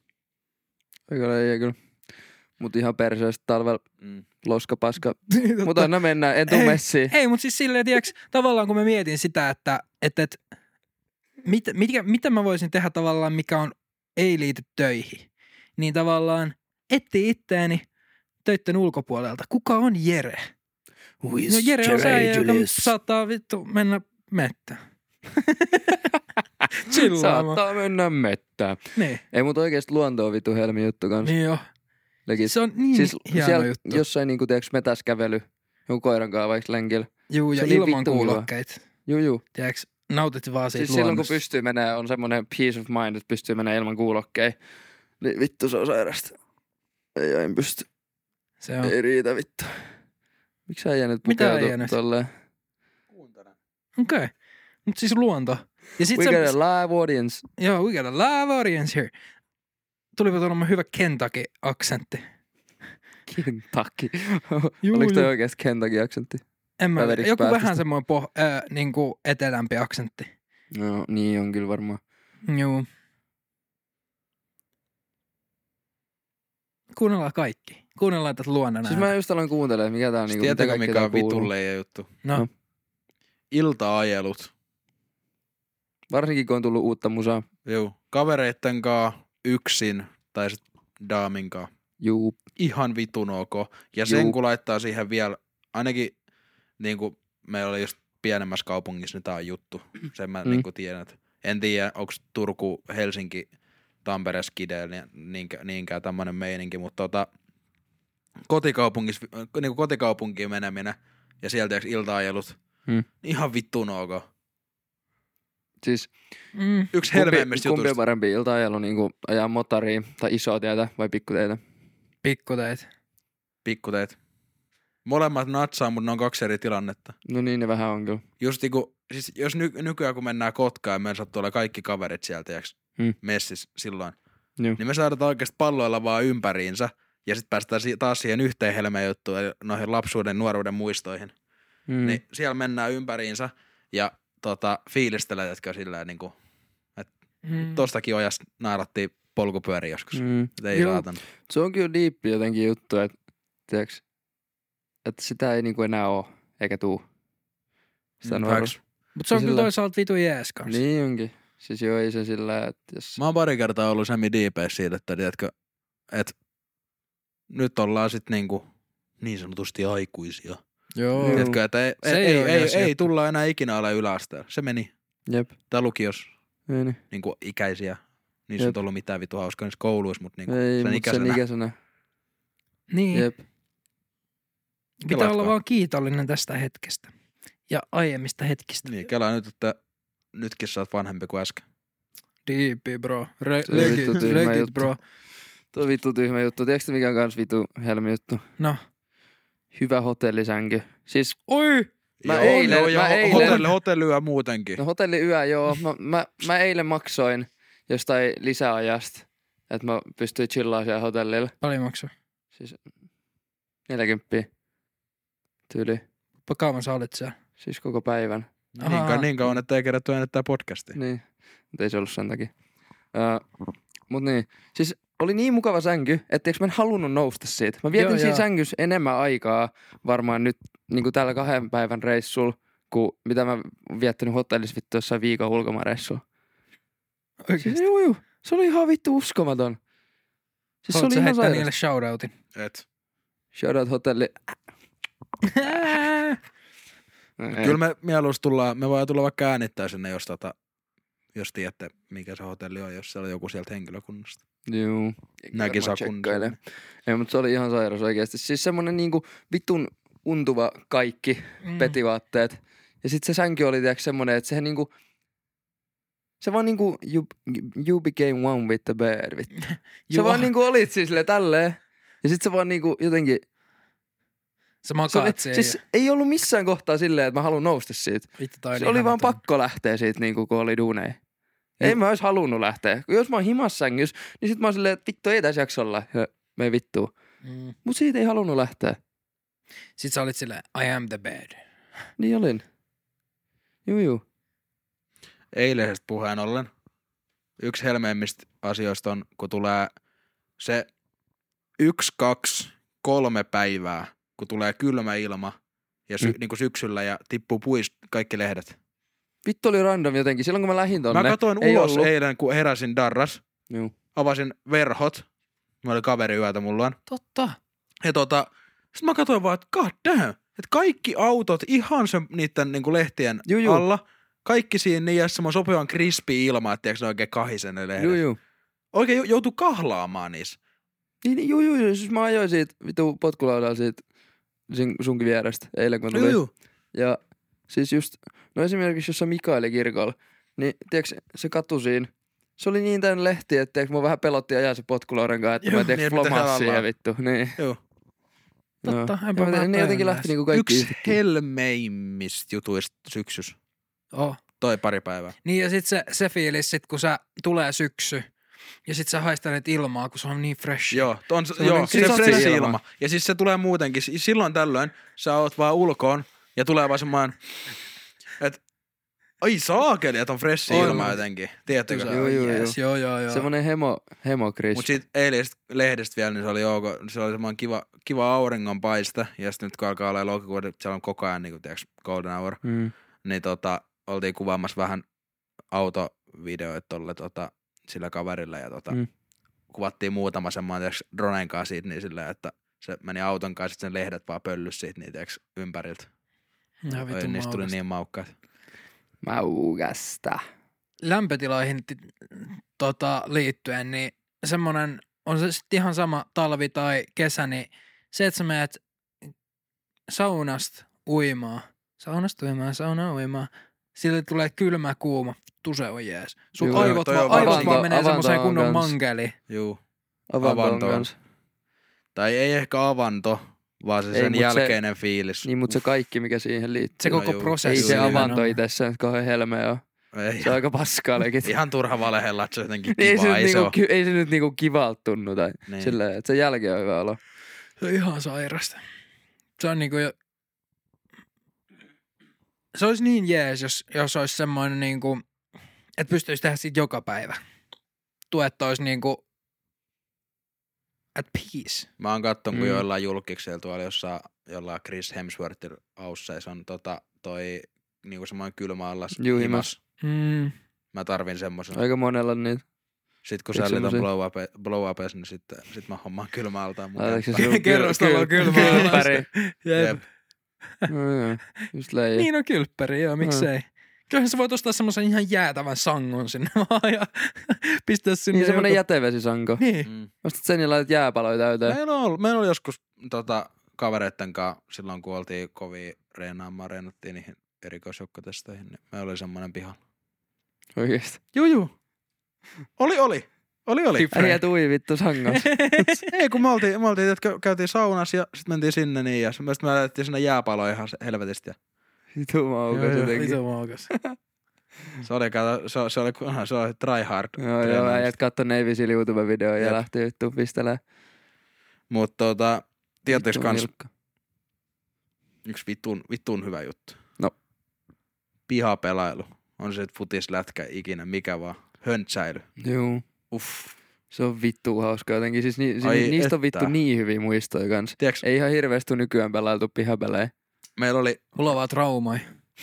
S3: Eikä ei kyllä. Mut ihan perseestä talvella
S2: Mm.
S3: loska paska. Mut anna mennä, en tuu
S1: Ei.
S3: messiin.
S1: Ei, mutta siis silleen, tiiäks, tavallaan kun mä mietin sitä, että et, et, mit, mitkä, mitä mä voisin tehdä tavallaan, mikä on, ei liity töihin, niin tavallaan etti itteeni töitten ulkopuolelta. Kuka on Jere? No Jere on se, joka saattaa vittu mennä mettään. Chillaamaan.
S3: Saattaa mennä mettään.
S1: Niin,
S3: Ei mut oikeesti luonto on vittu helmi juttu kans.
S1: niin jo.
S3: Legit.
S1: Se on niin
S3: Siis
S1: hieno
S3: siellä
S1: juttu.
S3: jossain niinku teeks metäs kävely, joku koiran kanssa vaikka lenkillä.
S1: Juu,
S3: se
S1: ja
S3: on niin
S1: ilman
S3: vittu hyvä.
S1: kuulokkeita.
S3: Juu juu.
S1: Tiedätkö, nautit vaan siitä
S3: Siis silloin kun
S1: luonnosta.
S3: pystyy menee, on semmoinen peace of mind, että pystyy menee ilman kuulokkeja. Niin vittu se on sairasta. Ei en pysty.
S1: Se on.
S3: Ei riitä vittu. Miksi äijä nyt
S1: Mitä äijä
S3: pukeutuu
S1: nyt?
S3: tolleen?
S2: Kuuntelen.
S1: Okei. Okay. Mutta siis luonto. Ja sit
S3: We
S1: se,
S3: got a live audience.
S1: joo, we got a live audience here. Tulipa tuolla hyvä Kentucky-aksentti.
S3: Kentucky.
S1: Juu,
S3: Oliko toi
S1: juu.
S3: oikeesti Kentucky-aksentti?
S1: En mä,
S3: Kaveriksi
S1: joku
S3: päästä
S1: vähän
S3: sitä.
S1: semmoinen poh, äh, niinku etelämpi aksentti.
S3: No niin on kyllä varmaan.
S1: Juu. Kuunnellaan kaikki. Kuunnellaan tätä luonnon
S3: Siis
S1: ääntä.
S3: mä just aloin kuuntelemaan, mikä tää on niinku, mitä
S2: Tiedätkö
S3: kaikkea
S2: mikä
S3: tää
S2: on
S3: kuuluu.
S2: vitun leija juttu?
S1: No.
S3: No.
S2: Ilta-ajelut.
S3: Varsinkin kun on tullut uutta musaa.
S2: Juu. Kavereitten kaa, yksin tai sit daamin kaa.
S3: Juu.
S2: Ihan vitun ok. Ja sen
S3: Juu.
S2: kun laittaa siihen vielä, ainakin niin kuin meillä oli just pienemmässä kaupungissa, niin tää on juttu. Sen mä
S3: Mm.
S2: mm. niin kuin tiedän. Että en tiedä, onko Turku, Helsinki, Tampere, Skide, niin, niinkään, niinkään tämmönen meininki, mutta tota, kotikaupungissa, niin kuin kotikaupunkiin meneminen ja sieltä ilta-ajelut,
S3: Mm.
S2: ihan vittuun ok.
S3: Siis
S1: Mm.
S2: Yksi
S3: kumpi,
S2: helmeimmistä
S3: kumpi on
S2: jutuista.
S3: parempi ilta-ajelu niinku ajaa motoriin tai isoa tietä vai pikkuteitä?
S1: Pikkuteet.
S2: Pikkuteet. Molemmat natsaa, mutta ne on kaksi eri tilannetta.
S3: No niin ne vähän on kyllä.
S2: Just niinku, siis jos ny, nykyään kun mennään Kotkaan ja meillä sattuu olla kaikki kaverit sieltä, tiiäks,
S3: Mm.
S2: messissä silloin,
S3: Joo.
S2: niin me saadaan oikeasti palloilla vaan ympäriinsä ja sitten päästään si- taas siihen yhteen helmeen juttuun, eli noihin lapsuuden, nuoruuden muistoihin.
S3: Mm.
S2: Mm. Niin siellä mennään ympäriinsä ja tota, fiilistelee, jotka silleen niinku,
S1: Mm.
S2: tostakin ojasta naarattiin polkupyöriä joskus. Mm.
S3: Mm.
S2: Ei
S3: Joo.
S2: saatana.
S3: Se on kyllä diippi jotenkin juttu, että tiiäks, että sitä ei niinku enää oo, eikä tuu. Sitä
S2: Mm,
S3: nuoruus.
S2: facts.
S1: Mutta se on
S3: Ja
S1: kyllä
S3: sillä-
S1: toisaalta vitu jees kanssa.
S3: Niin onkin. Siis joo, ei se sillä, että jos...
S2: Mä oon pari kertaa ollut semi diipeissä siitä, että tiedätkö, että nyt ollaan sit niinku niin sanotusti aikuisia.
S1: Joo.
S3: Joo.
S2: Tiedätkö, että ei,
S1: Se
S2: ei,
S1: ei
S2: ei,
S1: oo
S2: ei,
S1: edes
S2: ei
S1: juttu.
S2: tulla enää ikinä ole yläasteella. Se meni.
S3: Jep.
S2: Tai lukios
S3: Ei, niin.
S2: niinku ikäisiä. Niissä
S3: Jep.
S2: on ollut mitään vitu hauskaa niissä kouluissa, mutta niinku
S3: ei
S2: sen
S3: mut
S2: ikäisenä.
S3: sen ikäisenä.
S1: Niin.
S3: Jep.
S1: Pitää
S2: Kelatkaa.
S1: olla vaan kiitollinen tästä hetkestä. Ja aiemmista hetkistä.
S2: Niin, kelaa nyt, että nytkin sä oot vanhempi kuin äsken.
S1: Diipi, bro. Re-
S3: Se on vittu
S1: legit,
S3: tyhmä
S1: legit,
S3: juttu.
S1: bro.
S3: Tuo on vittu tyhmä juttu. Tiedätkö mikä on kans vittu helmi juttu?
S1: No.
S3: Hyvä hotellisänky. Siis
S1: Oi!
S3: Mä
S2: joo,
S3: eilen-
S2: joo, ja
S3: mä
S2: ho-
S3: eilen-
S2: Hotelli, hotelliyö muutenkin.
S3: no hotelliyö joo. Mä, mä, mä eilen maksoin jostain lisäajasta, että mä pystyin chillaamaan siellä hotellilla.
S1: Paljon maksaa.
S3: Siis neljäkymppiä tyyli.
S1: Kuinka kauan sä olit siellä?
S3: Siis koko päivän.
S2: Niin, ka- niin kauan, että ei kerätty äänettää podcastia.
S3: Niin. Mutta ei se ollut sen takia. Uh, mut niin, siis oli niin mukava sänky, että eikö mä en halunnut nousta siitä. Mä vietin
S1: Joo,
S3: siinä
S1: joo.
S3: sängyssä enemmän aikaa varmaan nyt niinku tällä kahden päivän reissulla, kuin mitä mä viettänyt hotellissa vittu jossain viikon ulkomaanreissulla.
S1: Oikeesti.
S3: Siis juu, juu. Se oli ihan vittu uskomaton. Siis se
S1: Haluatko
S3: oli
S1: sä
S3: ihan
S1: heittää
S3: sairasta.
S1: niille shoutoutin?
S2: Et.
S3: Shoutout hotelli.
S2: Kyllä me mieluusti tullaan, me voidaan tulla vaikka äänittää sinne, jos, tota, jos tiedätte, mikä se hotelli on, jos siellä on joku sieltä henkilökunnasta.
S3: Juu.
S2: Näkin saa
S3: tsekkailee.
S2: kunnossa.
S3: Ei, mutta se oli ihan sairas oikeesti. Siis semmonen niinku vitun untuva kaikki
S1: Mm.
S3: petivaatteet. Ja sit se sänky oli tiiäks semmonen, että sehän niinku... Se vaan niinku, you, you became one with the bear, vittu. Sä
S1: Joo.
S3: vaan niinku olit siis silleen tälleen. Ja sit se vaan niinku jotenkin...
S1: Sä
S3: Se oli,
S1: makaat siihen.
S3: siis ei ollut missään kohtaa silleen, että mä haluan nousta siitä.
S1: Vittu, toi
S3: Se
S1: on
S3: oli vaan
S1: ihanaton.
S3: pakko lähteä siitä niinku, kun oli duuneja. Ei mä ois halunnut lähteä. Jos mä oon himassa sängys, niin sit mä oon silleen, että vittu ei tässä jaksa olla. Ja me ei vittuu.
S1: Mm.
S3: Mut siitä ei halunnut lähteä.
S1: Sit sä olit silleen, I am the bed.
S3: Niin olin. Juu, juu.
S2: Eilisestä puheen ollen. Yksi helmeimmistä asioista on, kun tulee se yksi, kaksi, kolme päivää, kun tulee kylmä ilma ja sy-
S3: Mm.
S2: niin kuin syksyllä ja tippuu puist kaikki lehdet.
S3: Vittu oli random jotenkin. Silloin kun mä lähdin tonne.
S2: Mä katsoin
S3: ei
S2: ulos
S3: ollut.
S2: eilen, kun heräsin Darras,
S3: Juu.
S2: avasin verhot. Mä olin kaveri yötä mulla.
S1: Totta.
S2: Ja tota, sit mä katsoin vaan, että god damn, että kaikki autot ihan se niiden niinku lehtien
S3: Juu, juu.
S2: alla, kaikki siinä niin ja semmoinen sopivan krispi ilma, että tiiäks ne oikein kahisen ne lehdet.
S3: Juu, juu.
S2: Oikein jou- joutuu kahlaamaan niissä.
S3: Niin, juu, juu, juu. Siis mä ajoin siitä vittu potkulaudalla siitä sin- sunkin vierestä eilen kun tuli.
S2: Juu, juu.
S3: Ja siis just, no esimerkiksi jossain Mikaeli kirkolla, niin tiiäks se katu siinä, se oli niin täynnä lehtiä, että tiiäks mua vähän pelotti ajaa se potkulaudan kanssa, että
S2: Joo,
S3: mä tiiäks
S2: niin, että mitä
S3: flomaa
S2: se
S3: siihen
S2: alaa.
S3: vittu. Niin.
S2: Joo.
S1: Totta,
S3: Joo.
S1: enpä
S3: Ja
S1: mä
S3: mä- Ne jotenkin
S1: tajunnut
S3: lähti niinku kaikki
S2: Yksi
S3: yhtäkkiä.
S2: helmeimmistä jutuista syksys.
S1: Oh.
S2: Toi pari päivää.
S1: Niin ja sit se, se fiilis, sit kun sä tulee syksy ja sit sä haistelet ilmaa, kun se on niin fresh.
S2: Joo, on,
S3: Se on
S2: joo
S3: niin
S2: siis se
S3: kristi
S2: fresh
S3: ilma.
S2: ilma. Ja siis se tulee muutenkin. Si- Silloin tällöin sä oot vaan ulkoon ja tulee vaan semmoinen, että ai saakeli, että on fresh
S1: On.
S2: ilma jotenkin. Tiedättekö?
S1: Joo,
S3: Joo, joo,
S1: yes. joo, joo, joo.
S3: Semmonen hemo, hemo Chris.
S2: Mut sit eilisestä lehdestä vielä, niin se oli ok. Se oli semmoinen kiva, kiva auringonpaiste. Ja sitten nyt kun alkaa olla lokakuuta, siellä on koko ajan niinku tiiäks golden hour.
S3: Mm.
S2: Niin tota, oltiin kuvaamassa vähän autovideoita tolle tota, sillä kaverilla. Ja tota,
S3: Mm.
S2: kuvattiin muutama semmoinen tiiäks dronen kanssa siitä niin silleen, että se meni auton kanssa, sit sen lehdet vaan pöllys siitä niin tiiäks ympäriltä.
S1: Ja
S2: Oi,
S1: vittu
S2: niistä tuli
S1: maukasta.
S2: niin maukkaat.
S3: Maukasta.
S1: Lämpötiloihin ti- tota, liittyen, niin semmonen, on se sitten ihan sama talvi tai kesä, niin se, että sä menet saunasta uimaan, saunasta uimaan, sauna uimaan, sille tulee kylmä kuuma, vittu se on jees. Sun
S3: Joo,
S1: aivot,
S2: toi
S1: vaan,
S2: on
S1: aivot
S3: avanto-
S1: vaan menee
S3: avanto
S1: semmoiseen
S3: on
S1: kunnon
S3: kans.
S1: mankeliin.
S2: Juu.
S3: Avanto on
S2: Avanto on.
S3: kans.
S2: Tai ei ehkä avanto, vaan se
S3: Ei,
S2: sen
S3: mut se-
S2: jälkeinen fiilis.
S3: Niin, mutta se kaikki, mikä siihen liittyy.
S1: Se
S2: No
S1: koko
S2: juu.
S1: prosessi.
S3: Ei se
S2: Kyllä.
S3: avanto itsessään kauhean helmeä ole.
S2: Ei,
S3: Se on aika paskaa legit.
S2: ihan turha valehella, että se on jotenkin
S3: Niin ei,
S2: kiva.
S3: se
S2: Ei
S3: nyt
S2: se
S3: niinku,
S2: oo.
S3: ki- ei se nyt niinku kivalta tunnu tai
S2: Niin.
S3: silleen, että sen jälkeen on hyvä olo.
S1: Se on ihan sairasta. Se on niinku jo... Se olisi niin jees, jos, jos olisi semmoinen niinku, että pystyisi tehdä siitä joka päivä. Tuet olisi niinku at peace.
S2: Mä oon kattonut, kun
S3: Mm.
S2: joillain julkiksella tuolla jossain, jollain Chris Hemsworthin ausseissa on tota, toi niinku semmoinen kylmä allas
S3: Juu,
S2: himas.
S1: Mm.
S2: Mä tarvin semmoisen.
S3: Aika monella on niitä.
S2: Sitten kun
S3: Eikö
S2: sä on
S3: semmosia?
S2: blow, up, blow upes, niin sitten sit mä hommaan kylmä altaan mukaan.
S3: Laitatko se sun
S1: Kerrostalo
S3: kyl-
S1: kylmä
S3: kyl-
S1: alas?
S3: kylppäri?
S1: Jep.
S2: Jep.
S3: No joo, just leijä.
S1: Niin on kylppäri, joo, miksei. Kyllähän sä voit ostaa semmoisen ihan jäätävän sangon sinne vaan ja pistää sinne
S3: Niin semmonen
S1: joku-
S3: jätevesisanko.
S1: Niin.
S2: Mm.
S3: Ostat sen ja laitat jääpaloja täyteen.
S2: Meillä on, ollut- meillä oli joskus tota, kavereitten kanssa, silloin kun oltiin kovin reenaamaan, reenattiin niihin erikoisjoukkotesteihin, niin meillä oli semmoinen pihalla.
S3: Oikeesti.
S2: Juu, juu. Oli, oli. Oli, oli.
S1: Different.
S3: Äijät ui vittu sangossa.
S2: Ei, kun me oltiin, me oltiin että käytiin saunassa ja sitten mentiin sinne niin ja sitten me laitettiin sinne jääpaloja ihan helvetistä.
S3: Vitu maukas
S1: Joo, joo,
S3: jotenkin.
S1: iso maukas.
S2: Se oli, kato, se, se oli, se oli try hard.
S3: Joo, joo, äijät katto Navy Seal YouTube-videoa ja
S2: Jep.
S3: lähti vittu pistelee.
S2: Mutta tota, tiedättekö
S3: Vittu
S2: kans
S3: nilkka.
S2: yksi vittuun, vittuun hyvä juttu?
S3: No.
S2: Pihapelailu. On se sitten futis, lätkä, ikinä, mikä vaan. höntsäily.
S3: Juu.
S2: Uff.
S3: Se on vittu hauska jotenkin. Siis ni,
S2: Ai
S3: si, niistä on
S2: että.
S3: vittu niin hyviä muistoja kans.
S2: Tiedätkö,
S3: Ei ihan hirveästi nykyään pelailtu pihapelejä.
S2: meillä oli,
S1: Mulla on vaan traumoja.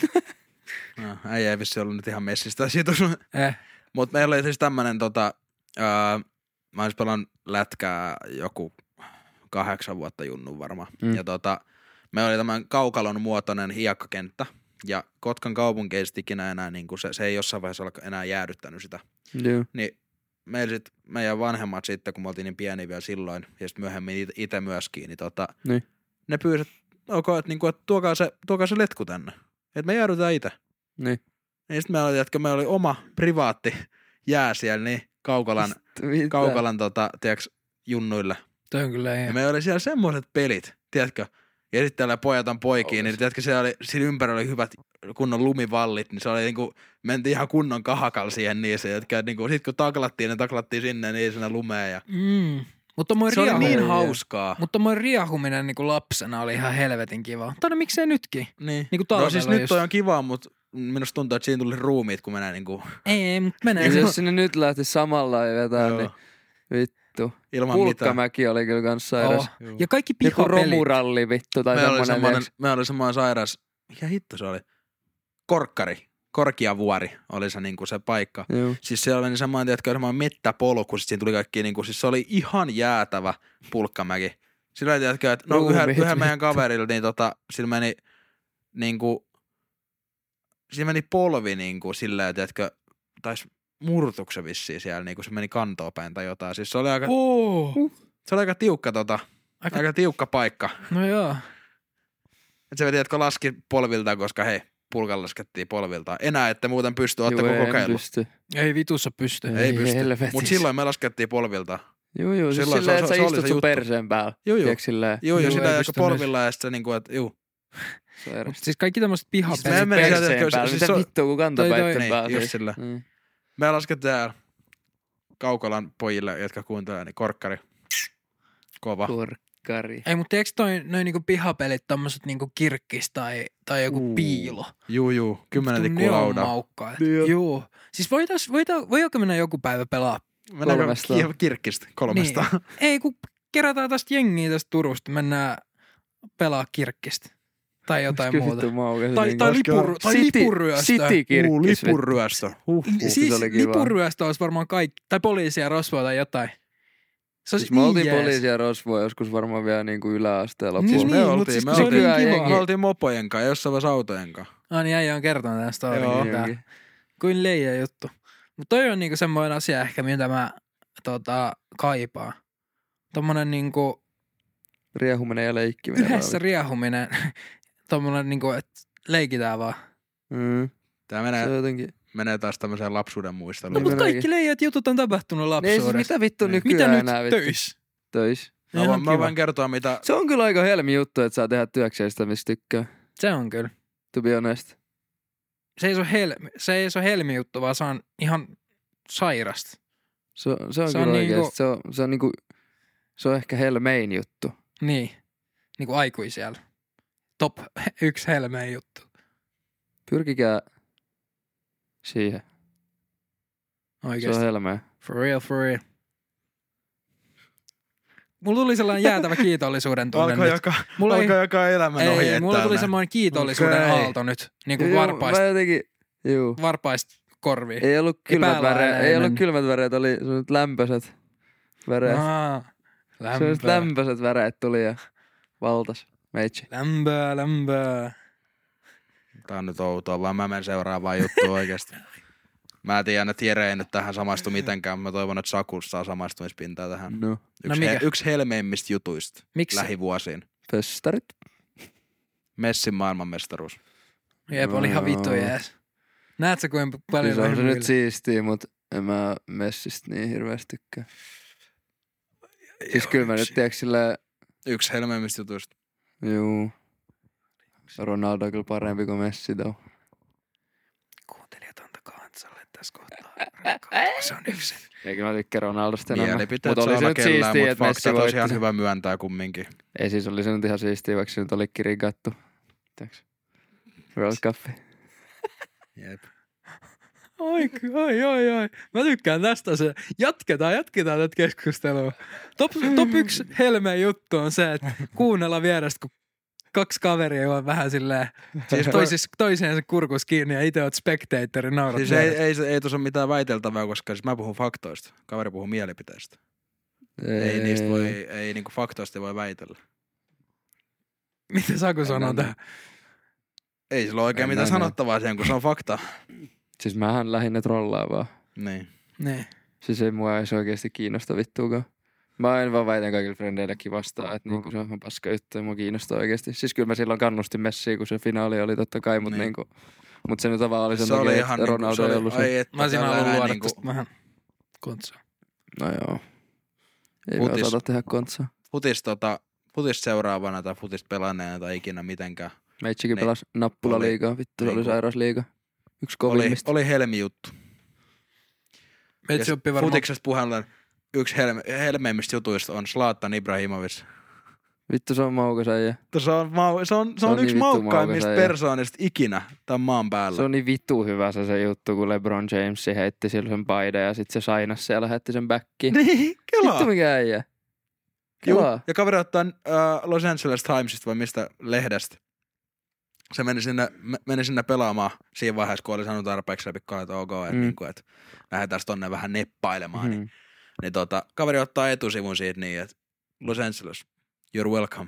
S2: no, äijä ei vissi ollut nyt ihan messistä siitä.
S1: Eh.
S2: Mut meillä oli siis tämmönen tota, ää, mä olis pelannut lätkää joku kahdeksan vuotta junnun varmaan.
S3: Mm.
S2: Ja tota, meillä oli tämmönen kaukalon muotoinen hiekkakenttä. Ja Kotkan kaupunki ei sit ikinä enää, niinku se, se ei jossain vaiheessa ole enää jäädyttänyt sitä.
S3: Joo.
S2: Niin meillä sit, meidän vanhemmat sitten, kun me oltiin niin pieniä vielä silloin, ja sitten myöhemmin itse myöskin, niin tota,
S3: Niin.
S2: ne pyysivät, ok, että niinku, et tuokaa, se, tuokaa se letku tänne. Että me jäädytään itse.
S3: Niin.
S2: Niin sitten meillä oli, että meillä oli oma privaatti jää siellä, niin Kaukalan,
S3: Mitä?
S2: Kaukalan tota, tiedätkö, junnuille.
S1: Toi on kyllä
S2: Ja
S1: ei.
S2: meillä oli siellä semmoiset pelit, tiedätkö, ja sitten täällä pojat on poikiin, niin tiedätkö, siellä oli, siinä ympärillä oli hyvät kunnon lumivallit, niin se oli niinku, mentiin ihan kunnon kahakal siihen niissä, jotka niinku, sit kun taklattiin, ne taklattiin sinne niin sinne lumeen ja
S1: Mm. Mutta tommoinen
S2: se oli
S1: riahu...
S2: niin
S3: Riahu-
S2: hauskaa.
S1: Mutta tommoinen riahuminen niinku lapsena oli ihan helvetin kiva. Tai no miksei nytkin?
S2: Niin.
S1: Niinku
S2: No
S1: talvella
S2: siis nyt
S1: just.
S2: toi on kiva, mutta minusta tuntuu, että siinä tuli ruumiit, kun menee niinku
S1: Ei, mutta menee.
S3: Ja jos sinne nyt lähti samalla ja vetää,
S2: Joo.
S3: niin vittu.
S2: ilman mitään.
S3: Pulkkamäki oli kyllä kans sairas.
S1: Oh.
S2: Joo.
S1: Ja kaikki
S3: Joku
S1: pihapelit.
S3: romuralli vittu tai
S2: Me oli
S3: semmonen.
S2: semmoinen,
S3: tiiäks.
S2: me oli semmoinen sairas, mikä hitto se oli? Korkkari, Korkiavuori oli se niinku se paikka.
S3: Joo.
S2: Siis siellä oli niin semmoinen, tiedätkö, semmoinen mettäpolku, sit siinä tuli kaikki niinku, siis se oli ihan jäätävä pulkkamäki. Sillä oli, tiedätkö, että no
S3: Ruumiit,
S2: yhden, yhden meidän
S3: vittu.
S2: kaverilla, niin tota, sillä meni niinku, siinä meni polvi niinku silleen, tiedätkö, tais murtukse vissiin siellä, niinku se meni kantoon päin tai jotain. Siis se oli aika,
S1: Oh.
S2: se oli aika tiukka tota,
S1: Aika-
S2: aika tiukka paikka.
S1: No joo.
S2: Et se tiedätkö, laski polviltaan, koska hei, pulkan laskettiin polviltaan. Enää ette muuten pysty, ootteko
S3: Juu, en
S2: kokeillut?
S3: pysty.
S1: Ei vitussa pysty.
S3: Ei.
S2: Ei pysty.
S3: helvetis.
S2: Mutta silloin me laskettiin polviltaan.
S3: Joo, joo. Siis
S2: Silloin se-
S3: silleen,
S2: se-
S3: että sä
S2: se oli
S3: istut
S2: se
S3: sun
S2: juttu.
S3: perseen päällä.
S2: Joo, joo.
S3: Tiedätkö silleen?
S2: Joo, joo,
S1: Juu,
S2: sillä
S1: ei
S2: aika
S1: pysty
S2: polvilla ja sitten niinku, että juu.
S3: Sairas.
S1: Siis kaikki tämmöiset
S2: Siis
S1: pihapelit.
S2: mä menen sieltä,
S3: Perseen
S2: että
S3: päällä.
S2: siis
S3: Mitä
S2: se on-
S3: vittua, kun kantapäitten
S1: toi-
S2: niin,
S3: päällä.
S2: just
S3: siis.
S2: sillä.
S3: Mm.
S2: Me laskettiin täällä Kaukolan pojille, jotka kuuntelee, niin korkkari. Kova.
S3: Korkkari.
S1: Ei, mutta eikö toi noin niinku pihapelit tommoset niinku kirkkis tai, tai joku
S3: Uu.
S1: piilo?
S2: Juu, juu. Kymmenen
S1: Vittu,
S2: tikkuu
S1: ne on
S2: laudaa.
S1: maukkaat.
S3: Niin.
S1: Joo. Siis voitais, voita, voiko mennä joku päivä pelaa?
S2: Mennäänkö
S3: Kolmesta.
S2: ki- kirkkistä kolmesta?
S1: Niin. Ei, kun kerätään tästä jengiä tästä Turusta, mennään pelaa kirkkistä. Tai jotain
S3: Kyllä
S1: muuta.
S3: vittu maukas
S1: Tai,
S3: jotenkin.
S1: tai,
S2: Olisiko
S1: lipur, tai
S3: City-
S1: lipuryöstö.
S3: City kirkkis.
S2: Uu,
S3: vittu.
S2: lipunryöstö. Huh.
S1: Siis
S3: se oli kiva.
S1: lipuryöstö olisi varmaan kaikki. Tai poliisia, rosvoa tai jotain. Se olisi
S3: Siis me
S1: niin
S3: oltiin
S1: jees.
S3: poliisia ja rosvoa joskus varmaan vielä niinku yläasteella.
S1: Niin,
S2: Siis
S3: Siis
S2: me
S1: niin, mut
S2: oltiin,
S1: siis
S2: me
S1: kun se on
S2: oltiin,
S1: niin
S3: nykyään
S1: kiva.
S2: me oltiin mopojen kanssa ja jossain vaiheessa autojen kanssa.
S1: Ah niin, äijä on kertonut tämän storin.
S2: Joo.
S1: Joo. Kuin leijä juttu. Mutta toi on niinku semmoinen asia ehkä, mitä mä tota, kaipaan. Tommonen niinku
S3: Riehuminen ja leikkiminen.
S1: yhdessä riehuminen. Tommonen niinku, että leikitään vaan.
S3: Mm.
S2: Tää
S3: Se
S2: menee,
S3: on jotenkin.
S2: menee taas tämmöiseen lapsuuden
S1: No
S2: muisteluun.
S3: Niin
S1: mutta
S3: meneekin.
S1: kaikki leijät jutut on tapahtunut
S3: Ne ei siis
S1: lapsuudessa.
S3: mitä vittu
S2: Niin.
S3: nykyään
S1: Mitä nyt
S3: enää vittu.
S1: töissä?
S3: Töis.
S2: Mä,
S1: Ihan
S2: voin, mä
S1: kiva.
S2: voin kertoa, mitä...
S3: Se on kyllä aika helmi juttu, että saa tehdä työkseen sitä, mistä tykkää.
S1: Se on kyllä.
S3: To be honest.
S1: Se ei ole helmi, se ei ole helmi juttu, vaan se on ihan sairasta.
S3: Se, on- se on
S1: Se
S3: kyllä
S1: on
S3: oikeesti.
S1: niinku-
S3: Se on, se on niinku, se on ehkä helmein juttu.
S1: Niin. Niin kuin aikuisiellä. Top yksi helmeen juttu.
S3: Pyrkikää siihen. Se
S1: Oikeesti.
S3: on helmeä.
S1: For real, for real. Mulla tuli sellainen jäätävä kiitollisuuden tunne
S2: Alkaa
S1: nyt.
S2: jakaa,
S1: Mulla, ei,
S2: alkaa jakaa elämän
S1: ei,
S2: ohjeet
S1: mulla tuli
S2: täällä.
S1: semmoinen kiitollisuuden
S2: Okei.
S1: aalto nyt. Niin kuin
S3: Juu,
S1: varpaista,
S3: Mä jotenkin, juu.
S1: varpaista korviin.
S3: Ei ollut kylmät
S1: Epälainen.
S3: väreet, ei ollut kylmät väreet, oli sellaiset lämpöiset väreet.
S1: Aa,
S3: Sellaiset
S1: lämpöä.
S3: lämpöiset väreet tuli ja valtas meitsi.
S1: Lämpöä, lämpöä.
S2: Tää on nyt outoa, vaan mä menen seuraavaan juttuun oikeesti. Mä tiedän, että Jere ei nyt tähän samastu mitenkään, mutta mä toivon, että Sakus saa samastumispintaa tähän.
S3: No.
S2: Yksi,
S1: No mikä?
S2: he, yksi helmeimmistä jutuista
S1: Miksi?
S2: lähivuosiin.
S3: Festarit.
S2: Messin maailmanmestaruus.
S1: Jep, oli ihan vittu
S3: No.
S1: jees. Näet sä kuinka paljon
S3: Siis on se
S1: hymyillä?
S3: nyt siistiä, mut en mä messistä niin hirveästi tykkää. Siis kyllä mä nyt tiedätkö silleen,
S2: Yksi helmeimmistä jutuista.
S3: juu. Ronaldo on kyllä parempi kuin Messi tuo.
S1: Kuuntelijat antakaa kansalle tässä kohtaa. rakkautta. Se on yksin.
S3: Eikä mä tykkää Ronaldosta enemmän.
S2: Mielipiteet
S3: Mut
S2: saa
S3: oli se
S2: olla
S3: nyt
S2: kellään,
S3: siistiä,
S2: mutta
S3: että Messi
S2: faktat on
S3: voitti
S2: ihan
S3: sen.
S2: hyvä myöntää kumminkin.
S3: Ei siis oli se nyt ihan siistiä, vaikka se nyt oli kirigattu. Tiedätkö? World Cup.
S2: Jep.
S1: Oi, oi, oi, oi. Mä tykkään tästä se. Jatketaan, jatketaan tätä keskustelua. Top, top yksi helmeen juttu on se, että kuunnella vierestä, kun kaksi kaveria on vähän silleen siis toisis, toisiaan kurkus kiinni ja itse oot spectatori naurat.
S2: Siis ei, ei, ei, ei tuossa ole mitään väiteltävää, koska siis mä puhun faktoista. Kaveri puhuu mielipiteistä. Ei, ei niistä voi, ei niinku faktoista voi väitellä.
S1: Mitä Saku sanoo tähän?
S2: Ei sillä ole oikein mitään sanottavaa siihen, kun se on fakta.
S3: Siis mähän lähinnä trollaa vaan.
S2: Niin.
S1: Niin.
S3: Siis ei mua edes oikeesti kiinnosta vittuukaan. Mä en vaan väitän kaikille frendeillekin vastaan, että niinku se on paska juttu ja mua kiinnostaa oikeesti. Siis kyllä mä silloin kannustin Messiin, kun se finaali oli totta kai, mut niin. niinku... Mut se nyt vaan oli sen
S2: se
S3: takia,
S2: oli
S3: että Ronaldo
S2: niinku,
S3: ei ollut se.
S2: Että
S1: mä olisin halunnut luoda
S2: niinku...
S1: tästä vähän kontsaa.
S3: No joo. Ei
S2: Futis,
S3: me osata tehdä kontsaa.
S2: Futis, tota, futis seuraavana tai futis pelanneena tai ikinä mitenkään.
S3: Meitsikin
S2: niin.
S3: pelasi nappulaliigaa, vittu se oli
S2: Niinku.
S3: sairausliiga. Yksi
S2: Oli,
S3: kovimmista.
S2: oli helmi juttu.
S1: Meitsi oppi varmaan.
S2: Futiksesta puheen yksi helme, helmeimmistä jutuista on Zlatan Ibrahimovic.
S3: Vittu se on maukas äijä.
S2: Se on, mau, se on, se
S3: Se
S2: on,
S3: on
S2: yksi
S3: niin vittu
S2: maukkaimmista
S3: maukas äijä.
S2: persoonista ikinä tämän maan päällä.
S3: Se on niin vittu hyvä se, se juttu, kun LeBron James heitti sillä sen paidan ja sit se sainas siellä lähetti sen backiin.
S2: Niin, kelaa.
S3: Vittu mikä äijä.
S2: Juu,
S3: Kelaa.
S2: ja kaveri ottaa uh, Los Angeles Timesista vai mistä lehdestä. Se meni sinne, meni sinne pelaamaan siinä vaiheessa, kun oli sanonut tarpeeksi läpikkoa, että ok, että
S3: Mm.
S2: niinku, et lähdetään tonne vähän neppailemaan.
S3: Mm.
S2: Niin, niin tota, kaveri ottaa etusivun siitä niin, että Los Angeles, you're welcome.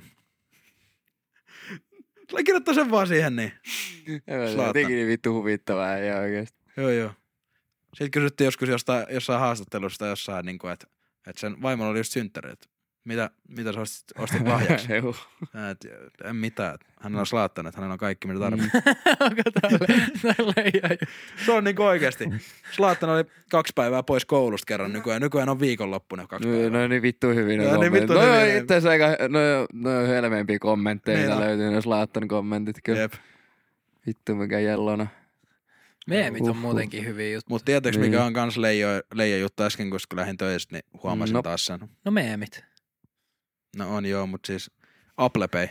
S2: Kirjoittaa sen vaan siihen niin.
S3: Se on teki niin vittu huvittavaa äijä oikeesti.
S2: Joo, joo. Sitten kysyttiin joskus jostain, jossain haastattelusta jossain, niin kuin, että, että sen vaimolla oli just synttäri, että mitä, mitä sä ostit, ostit lahjaksi?
S3: Joo.
S2: Et, en mitään. Hänellä on Zlatan, että hänellä on kaikki mitä tarvitsee.
S1: Onko tälle, tälle jäi?
S2: Se on niinku oikeesti. Zlatan oli kaksi päivää pois koulusta kerran nykyään. Nykyään on viikonloppuna kaksi päivää.
S3: No, no niin vittu hyvin.
S2: No
S3: No,
S2: niin vittu
S3: no, no
S2: hyvin.
S3: itse asiassa aika, no, no helmeempiä kommentteja,
S2: Niin
S3: mitä
S2: on.
S3: löytyy, jos Zlatan kommentit kyllä.
S2: Jep.
S3: Vittu mikä jellona.
S1: Meemit on
S3: Uhuh.
S1: muutenkin hyviä juttuja.
S2: Mut tiedätkö
S3: Niin.
S2: mikä on kans leijo, leijo juttu äsken, koska lähdin töistä, niin huomasin
S3: No.
S2: taas sen.
S1: No meemit.
S2: No on joo, mut siis Apple Pay.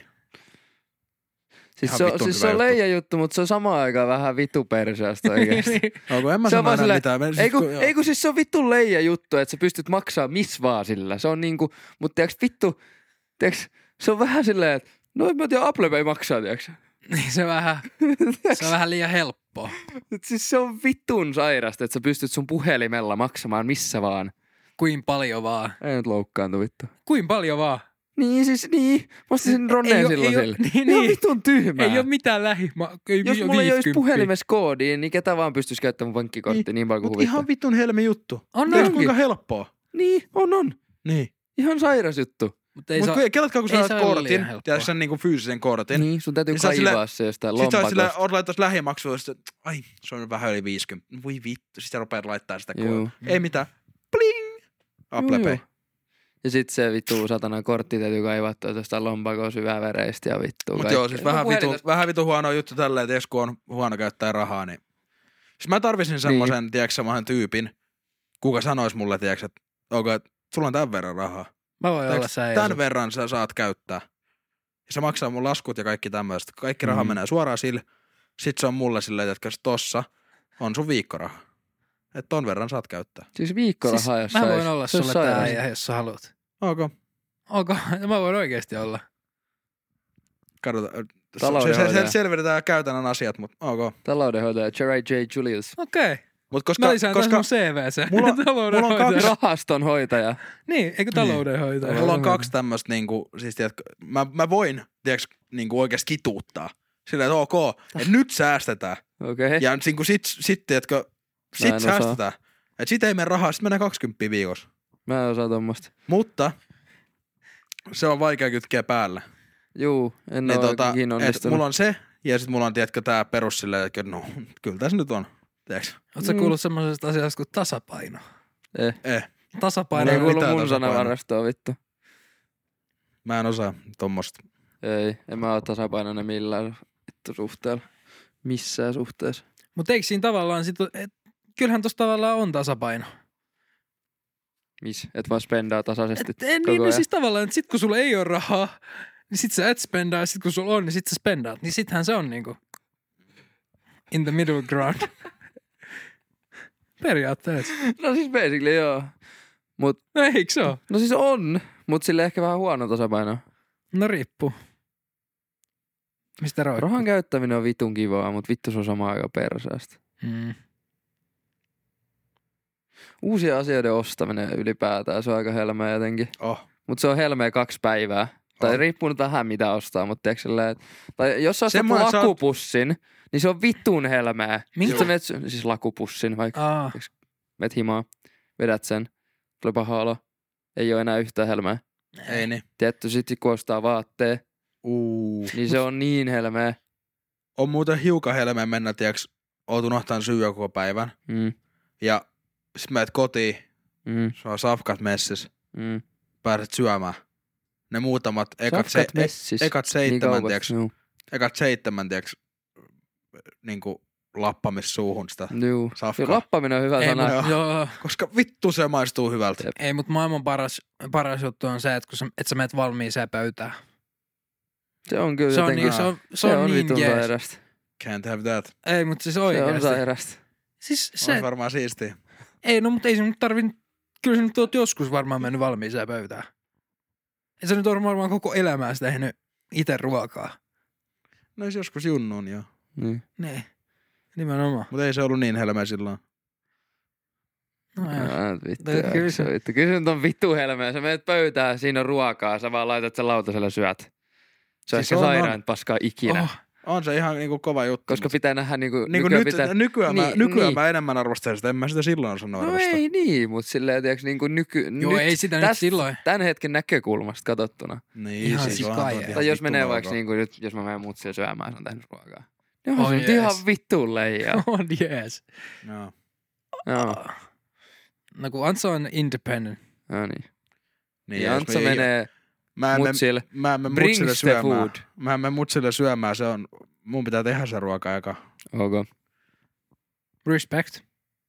S3: Siis
S2: Ihan
S3: se, on-
S2: vittun
S3: siis
S2: hyvä
S3: se on
S2: juttu.
S3: leija juttu, mutta se on samaan aikaan vähän vitu perseästä oikeesti.
S2: Onko en mä
S3: Se on
S2: sano
S3: vaan
S2: enää
S3: silleen,
S2: mitään. Siis
S3: ei kun,
S2: joo.
S3: ei kun siis se on vittu leija juttu, että sä pystyt maksaa miss vaan sillä. Se on niinku, mut tiiäks vittu, tiiäks, se on vähän silleen, että no en mä tiedä, Apple Pay maksaa, tiiäks.
S1: Niin se vähän, se on vähän liian helppoa.
S3: Et siis se on vittun sairasta, että sä pystyt sun puhelimella maksamaan missä vaan.
S1: Kuin paljon vaan.
S3: Ei nyt loukkaantu vittu.
S1: Kuin paljon vaan.
S3: Niin siis, niin. Mä ostin sen Ronneen
S1: oo-
S3: silloin
S1: oo-
S3: sille.
S1: Niin,
S3: Ihan
S1: niin.
S3: vitun tyhmää.
S1: Ei oo mitään lähi. Ei,
S3: Jos mulla ei olisi
S1: viisikymppiä.
S3: puhelimessa koodiin, niin ketä vaan pystyisi käyttämään mun pankkikorttia niin, niin paljon kuin
S2: Mut
S3: huvittaa.
S2: ihan vitun helmi juttu.
S1: On
S2: Tiedätkö
S1: onkin.
S2: kuinka helppoa?
S3: Niin, on on.
S2: Niin.
S3: Ihan sairas juttu.
S1: Mutta ei
S2: Mut
S1: saa,
S2: kun- kelatkaa kun
S1: ei
S2: sä
S1: saa
S2: saat
S1: olla
S2: kortin,
S1: liian helppoa.
S2: tiedätkö sen niinku fyysisen kortin.
S3: Niin, sun täytyy
S2: Niin sä oot
S3: kaivaa
S2: sillä-
S3: se jostain
S2: Sitten sä oot sillä,
S3: lompakosta.
S2: oot laittaa lähimaksua, sit, ai, se on vähän yli viisikymmentä. Voi vittu, sit sä rupeat laittaa sitä
S3: Juu.
S2: koodia. Ei mitään. Pling! Apple
S3: Juu,
S2: Pay.
S3: juu. Ja sit se vittu satana kortti täytyy kaivaa tuosta lompakoa syvävereistä ja vittu.
S2: Mut joo, siis vähän vitu, vähän vitu huono juttu tälleen, että jos kun on huono käyttää rahaa, niin... Siis mä tarvisin semmosen, niin. tiedätkö, semmosen tyypin, kuka sanois mulle, tiedätkö, että onko, että sulla on tämän verran rahaa.
S1: Mä voin olla
S2: Tiedätkö,
S1: sä
S2: tämän verran sä saat käyttää. Ja se maksaa mun laskut ja kaikki tämmöistä. Kaikki raha
S3: Mm.
S2: menee suoraan sille. Sit se on mulle silleen, että tossa on sun viikkoraha. Että ton verran saat käyttää.
S3: Siis viikkorahaa,
S1: Siis
S3: jos
S1: mä
S3: sais.
S1: voin olla
S3: Se on
S1: sulle tää
S3: sairas.
S1: äijä, jos sä haluat.
S2: Ok.
S1: Onko? Mä voin oikeesti olla.
S2: Katsotaan. Se, se,
S3: Taloudenhoitaja.
S2: se, selvitetään käytännön asiat, mutta ok.
S3: Taloudenhoitaja Jerry J. Julius.
S1: Okei. Okay.
S2: Mut
S1: Mä
S2: koska,
S1: lisään
S2: koska
S1: koska... mun C V:seen.
S2: mulla- mulla on
S1: Taloudenhoitaja.
S2: kaksi-
S3: Rahastonhoitaja.
S1: Niin, eikö taloudenhoitaja?
S2: mulla on kaksi tämmöstä niinku, siis tiedätkö, mä, mä voin, tiedätkö, niinku oikeesti kituuttaa. Silleen, että ok, että nyt säästetään.
S3: Okei. Okay.
S2: Ja niinku sit, sit tiedätkö, sit
S3: en osaa.
S2: säästetään. Että sit ei mene rahaa, sit menee kaksikymmentä viikossa.
S3: Mä en osaa tommoista.
S2: Mutta se on vaikea kytkeä päälle.
S3: Juu, en
S2: Niin
S3: oo
S2: tota,
S3: oikein
S2: et
S3: onnistunut.
S2: mulla on se, ja sit mulla on, tiedätkö, tää perus silleen, että no, kyllä tässä nyt on. Tiedätkö?
S1: Ootko sä
S3: Mm.
S1: kuullut semmosesta asiasta kuin tasapaino?
S3: Eh.
S2: Eh,
S1: Tasapaino.
S3: Ei
S2: Mulla
S1: on-
S2: ei
S3: kuulu
S2: mitään
S3: mun
S2: tasapainoa.
S3: sanavarastoa vittu.
S2: mä en osaa tommosta.
S3: Ei, en mä oo tasapainoinen millään vittu suhteella. Missään suhteessa.
S1: Mut eikö siinä tavallaan sit, et, kyllähän tossa tavallaan on tasapaino.
S3: Miss? Et vaan spendaa tasaisesti
S1: Et, en,
S3: koko
S1: niin, no
S3: ajan.
S1: siis tavallaan, että sit kun sulla ei ole rahaa, niin sit sä et spendaa, ja sit kun sulla on, niin sit sä spendaat. Niin sittenhän se on niinku in the middle ground. Periaatteessa.
S3: No siis basically joo. Mut,
S1: No eikö se oo?
S3: no siis on, mut sille ehkä vähän huono tasapaino.
S1: No riippuu. Mistä roikkuu?
S3: Rahan käyttäminen on vitun kivaa, mut vittu se on samaan aikaan perseestä.
S1: Mm.
S3: Uusien asioiden ostaminen ylipäätään, se on aika helmeä jotenkin.
S2: Oh.
S3: Mut se on helmeä kaksi päivää. Tai
S2: On.
S3: riippuu nyt vähän mitä ostaa, mutta tiedätkö silleen, että... Tai jos sä ostat
S2: Semmoinen, että sä oot-
S3: lakupussin, niin se on vittuun helmeä.
S1: Minkä?
S3: Sitten sä menet, sy- siis lakupussin, vaikka
S1: Aa.
S3: menet himaa, vedät sen, tulee paha olo. Ei oo enää yhtään helmeä.
S2: Ei niin.
S3: Tietty sit kun ostaa vaatteen,
S2: Uu.
S3: niin se on niin helmeä.
S2: On muuten hiukan helmeä mennä, tiiäks, oot unohtanut syyä koko päivän.
S3: Mm,
S2: Ja sit menet kotiin,
S3: mm,
S2: sulla on safkat messissä,
S3: mm.
S2: pääset syömään. Ne muutamat ekat, se,
S3: Safkat
S2: e,
S3: messis.
S2: ekat
S3: Niin
S2: seitsemän,
S3: kaupat,
S2: tiiäks,
S3: juu.
S2: ekat seitsemän, tiiäks, niinku lappamis suuhun sitä
S3: Juu.
S2: safkaa.
S3: Joo, lappaminen on hyvä
S1: Ei,
S3: sana.
S1: mut, joo.
S2: Koska vittu se maistuu hyvältä.
S3: Jep.
S1: Ei, mutta maailman paras, paras juttu on se, että kun sä, et sä menet valmiiseen pöytään.
S3: Se on kyllä
S1: Se on,
S3: jotenkin...
S1: niin, se on, se
S3: se
S1: on,
S3: on
S1: niin
S3: vitun
S1: jees.
S3: sairasta.
S2: Can't have that.
S1: Ei, mutta siis
S3: Se on
S1: oikeasti.
S3: sairasta.
S1: Siis
S2: Se
S1: se,
S2: on varmaan siistiä.
S1: ei, no mutta ei se nyt tarvi, kyllä sä nyt oot joskus varmaan mennyt valmiiseen pöytään. Et sä nyt oot varmaan koko elämääsi tehnyt itse ruokaa.
S2: No jos joskus junnuun joo.
S3: Niin.
S1: Niin, nimenomaan.
S2: Mutta ei se ollut niin helmeä silloin.
S1: No, joo.
S3: No, vittu,
S1: No, kyllä
S3: kyllä
S1: se-
S3: se, vittu. Kyllä se nyt on vittu helmeä. Sä menet pöytään, siinä on ruokaa, sä vaan laitat sen lautaselle syöt. Se on
S2: Siis
S3: ehkä
S2: on,
S3: sairaan
S2: on.
S3: paskaa ikinä.
S1: Oh,
S2: On se ihan niinku kova juttu.
S3: Koska pitää nähdä niinku...
S2: niinku
S3: nykyään
S2: nyt,
S3: pitää...
S2: nykyään, mä,
S3: Niin,
S2: nykyään
S3: niin.
S2: mä enemmän arvostan sitä. En mä sitä silloin sanonut
S3: No
S2: arvostaa.
S3: ei niin, mutta silleen tiiäks niinku nyky...
S1: joo,
S3: nyt,
S1: ei sitä nyt
S3: tästä-
S1: silloin.
S3: Tän hetken näkökulmasta katsottuna.
S2: Niin,
S1: Ihan
S2: siis onhan toi
S1: sikaa
S2: ihan
S3: Tai jos
S2: vittu
S3: menee
S2: ok.
S3: vaikka niinku nyt, jos mä menen mutsille syömään, se on tehnyt ruokaa. Niin on
S1: Oh,
S3: se nyt
S1: jees.
S3: ihan vittuun leijaa.
S1: On jees.
S2: Joo.
S3: Joo.
S1: No kun Antsa on independent.
S3: No niin.
S2: Niin,
S3: Ja
S2: jos
S3: Antsa
S2: me-
S3: menee
S2: Mä en, me,
S3: mutsille.
S2: mä en mene
S3: Brings
S2: mutsille
S3: the
S2: syömään.
S3: food.
S2: Mä en mene mutsille syömään. Se on, mun pitää tehdä se ruoka eka.
S3: Ok.
S1: Respect.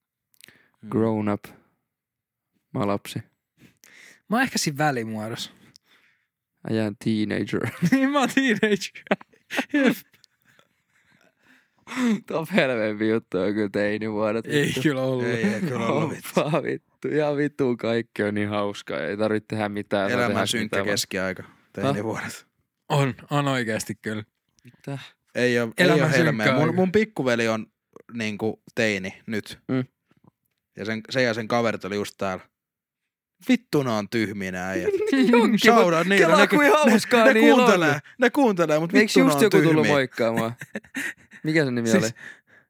S3: Grown up. Mä oon lapsi.
S1: Mä oon ehkä siinä välimuodossa.
S3: I am teenager.
S1: Niin mä oon teenager. Jep.
S3: Top helveempi juttu on kyllä teinivuodet.
S1: Ei
S3: vittu.
S1: kyllä ollut.
S2: Ei, ei kyllä ollut vittu.
S3: Oppa vittu. Ihan vittu kaikki on niin hauskaa. Ei tarvitse tehdä mitään. saa tehdä
S2: Elämän synkkä
S3: mitä vaan.
S2: keskiaika. Teinivuodet.
S1: On, on oikeasti kyllä.
S3: Mitä?
S2: Ei oo, ei
S1: Elämän
S2: oo helmeä.
S1: synkkä
S2: Mun,
S1: aika.
S2: mun pikkuveli on niinku teini nyt.
S3: Mm.
S2: Ja sen, se ja sen kaverit oli just täällä. Vittu ne on tyhmiä nää äijät.
S3: Jonkin,
S2: Sauda niillä.
S3: kelaa
S2: Ne,
S3: kuin hauskaa
S2: ne, ne
S3: niillä on.
S2: kuuntelee. Ne kuuntelee, mut
S3: Eikö
S2: vittu ne
S3: just
S2: on
S3: joku tullut
S2: tyhmiä.
S3: moikkaamaan? Mikä se nimi
S1: Siis-
S3: oli?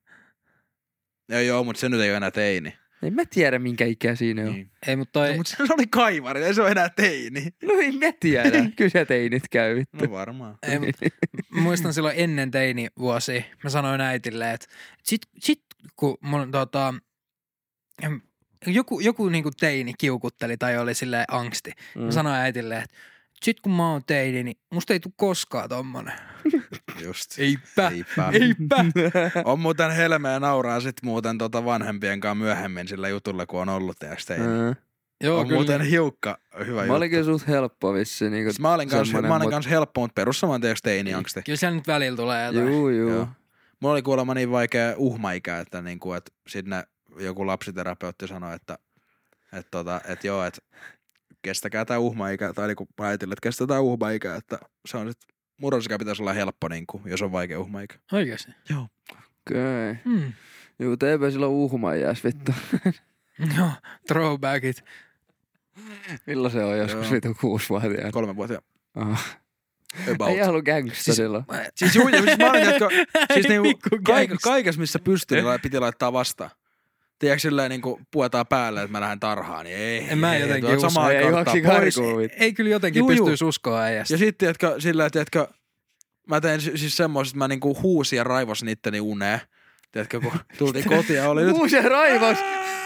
S2: Joo, joo, mut se nyt ei oo enää teini.
S3: En mä tiedä minkä ikä siinä on.
S2: Niin.
S1: Ei, mutta toi,
S2: No, mut se oli kaivari, ei se ole enää teini.
S3: No ei mä tiedä. Kyllä se teinit käy vittu.
S2: No varmaan.
S1: ei, mut, mä muistan silloin ennen teinivuosia, mä sanoin äitille, että sit, sit kun mun tota, em, joku, joku niinku teini kiukutteli tai oli silleen angsti,
S3: Mm.
S1: mä sanoin äitille, että sit kun mä oon teini, niin musta ei tuu koskaan tommonen.
S2: Just.
S1: Eipä,
S2: Eipä.
S1: eipä.
S2: On muuten helmeä nauraa sit muuten tota vanhempien kanssa myöhemmin sillä jutulla, kun on ollut teistä teini.
S3: Mm.
S1: Joo,
S2: On
S1: kyllä.
S2: muuten hiukka hyvä
S3: Mä
S2: juttu.
S3: olin kyllä suht helppo vissi. Niinku
S2: Siis mä olin kans,
S3: semmonen,
S2: mä olin
S3: mut-
S2: kans helppo, mutta perussamaan teeksi teini-angsti.
S1: Kyllä siellä nyt välillä tulee jotain.
S3: Juu, juu.
S2: Joo. Mulla oli kuulemma niin vaikea uhmaikä, että niinku, et sitten joku lapsiterapeutti sanoi, että et tota, et joo, että kestäkää tää uhmaikä, tai niinku äitille, että kestää tää uhmaikä, että se on sit, murrosikä pitäisi olla helppo, niinku, jos on vaikea uhmaikä.
S1: Oikeesti.
S2: Joo.
S3: Okei. Okay.
S1: Hmm.
S3: Juu, teepä silloin uhmaijäs vittu.
S1: Joo, throwbackit.
S3: Milloin se on joskus
S2: Joo.
S3: vittu kuusivuotiaana?
S2: Kolmevuotia.
S3: Ah.
S2: About.
S3: Ei ollut gangsta
S1: Siis-
S3: silloin.
S2: Siis juu, siis mä olin, jotka, siis
S1: Ei
S2: niinku,
S1: pikku
S2: kaik,
S1: gangsta.
S2: kaikessa missä pystyi, niin piti laittaa vastaan. Tiedätkö silleen niinku puetaan päälle, että mä lähden tarhaan, niin ei.
S1: En mä
S2: ei,
S1: jotenkin
S2: tuot
S1: usko.
S2: samaan
S3: Ei
S2: aikaan
S3: juoksi
S2: ottaa pois.
S3: karkuun vittu.
S1: Ei kyllä jotenkin
S2: Juu, juu.
S1: pystyisi uskoa äijästä.
S2: Ja sitten, tiedätkö, sillä, tiedätkö, mä tein si- siis semmoiset, että mä niinku huusin ja raivosin itteni uneen. Tiedätkö, kun tultiin kotiin ja oli nyt...
S3: Uusi raivaus.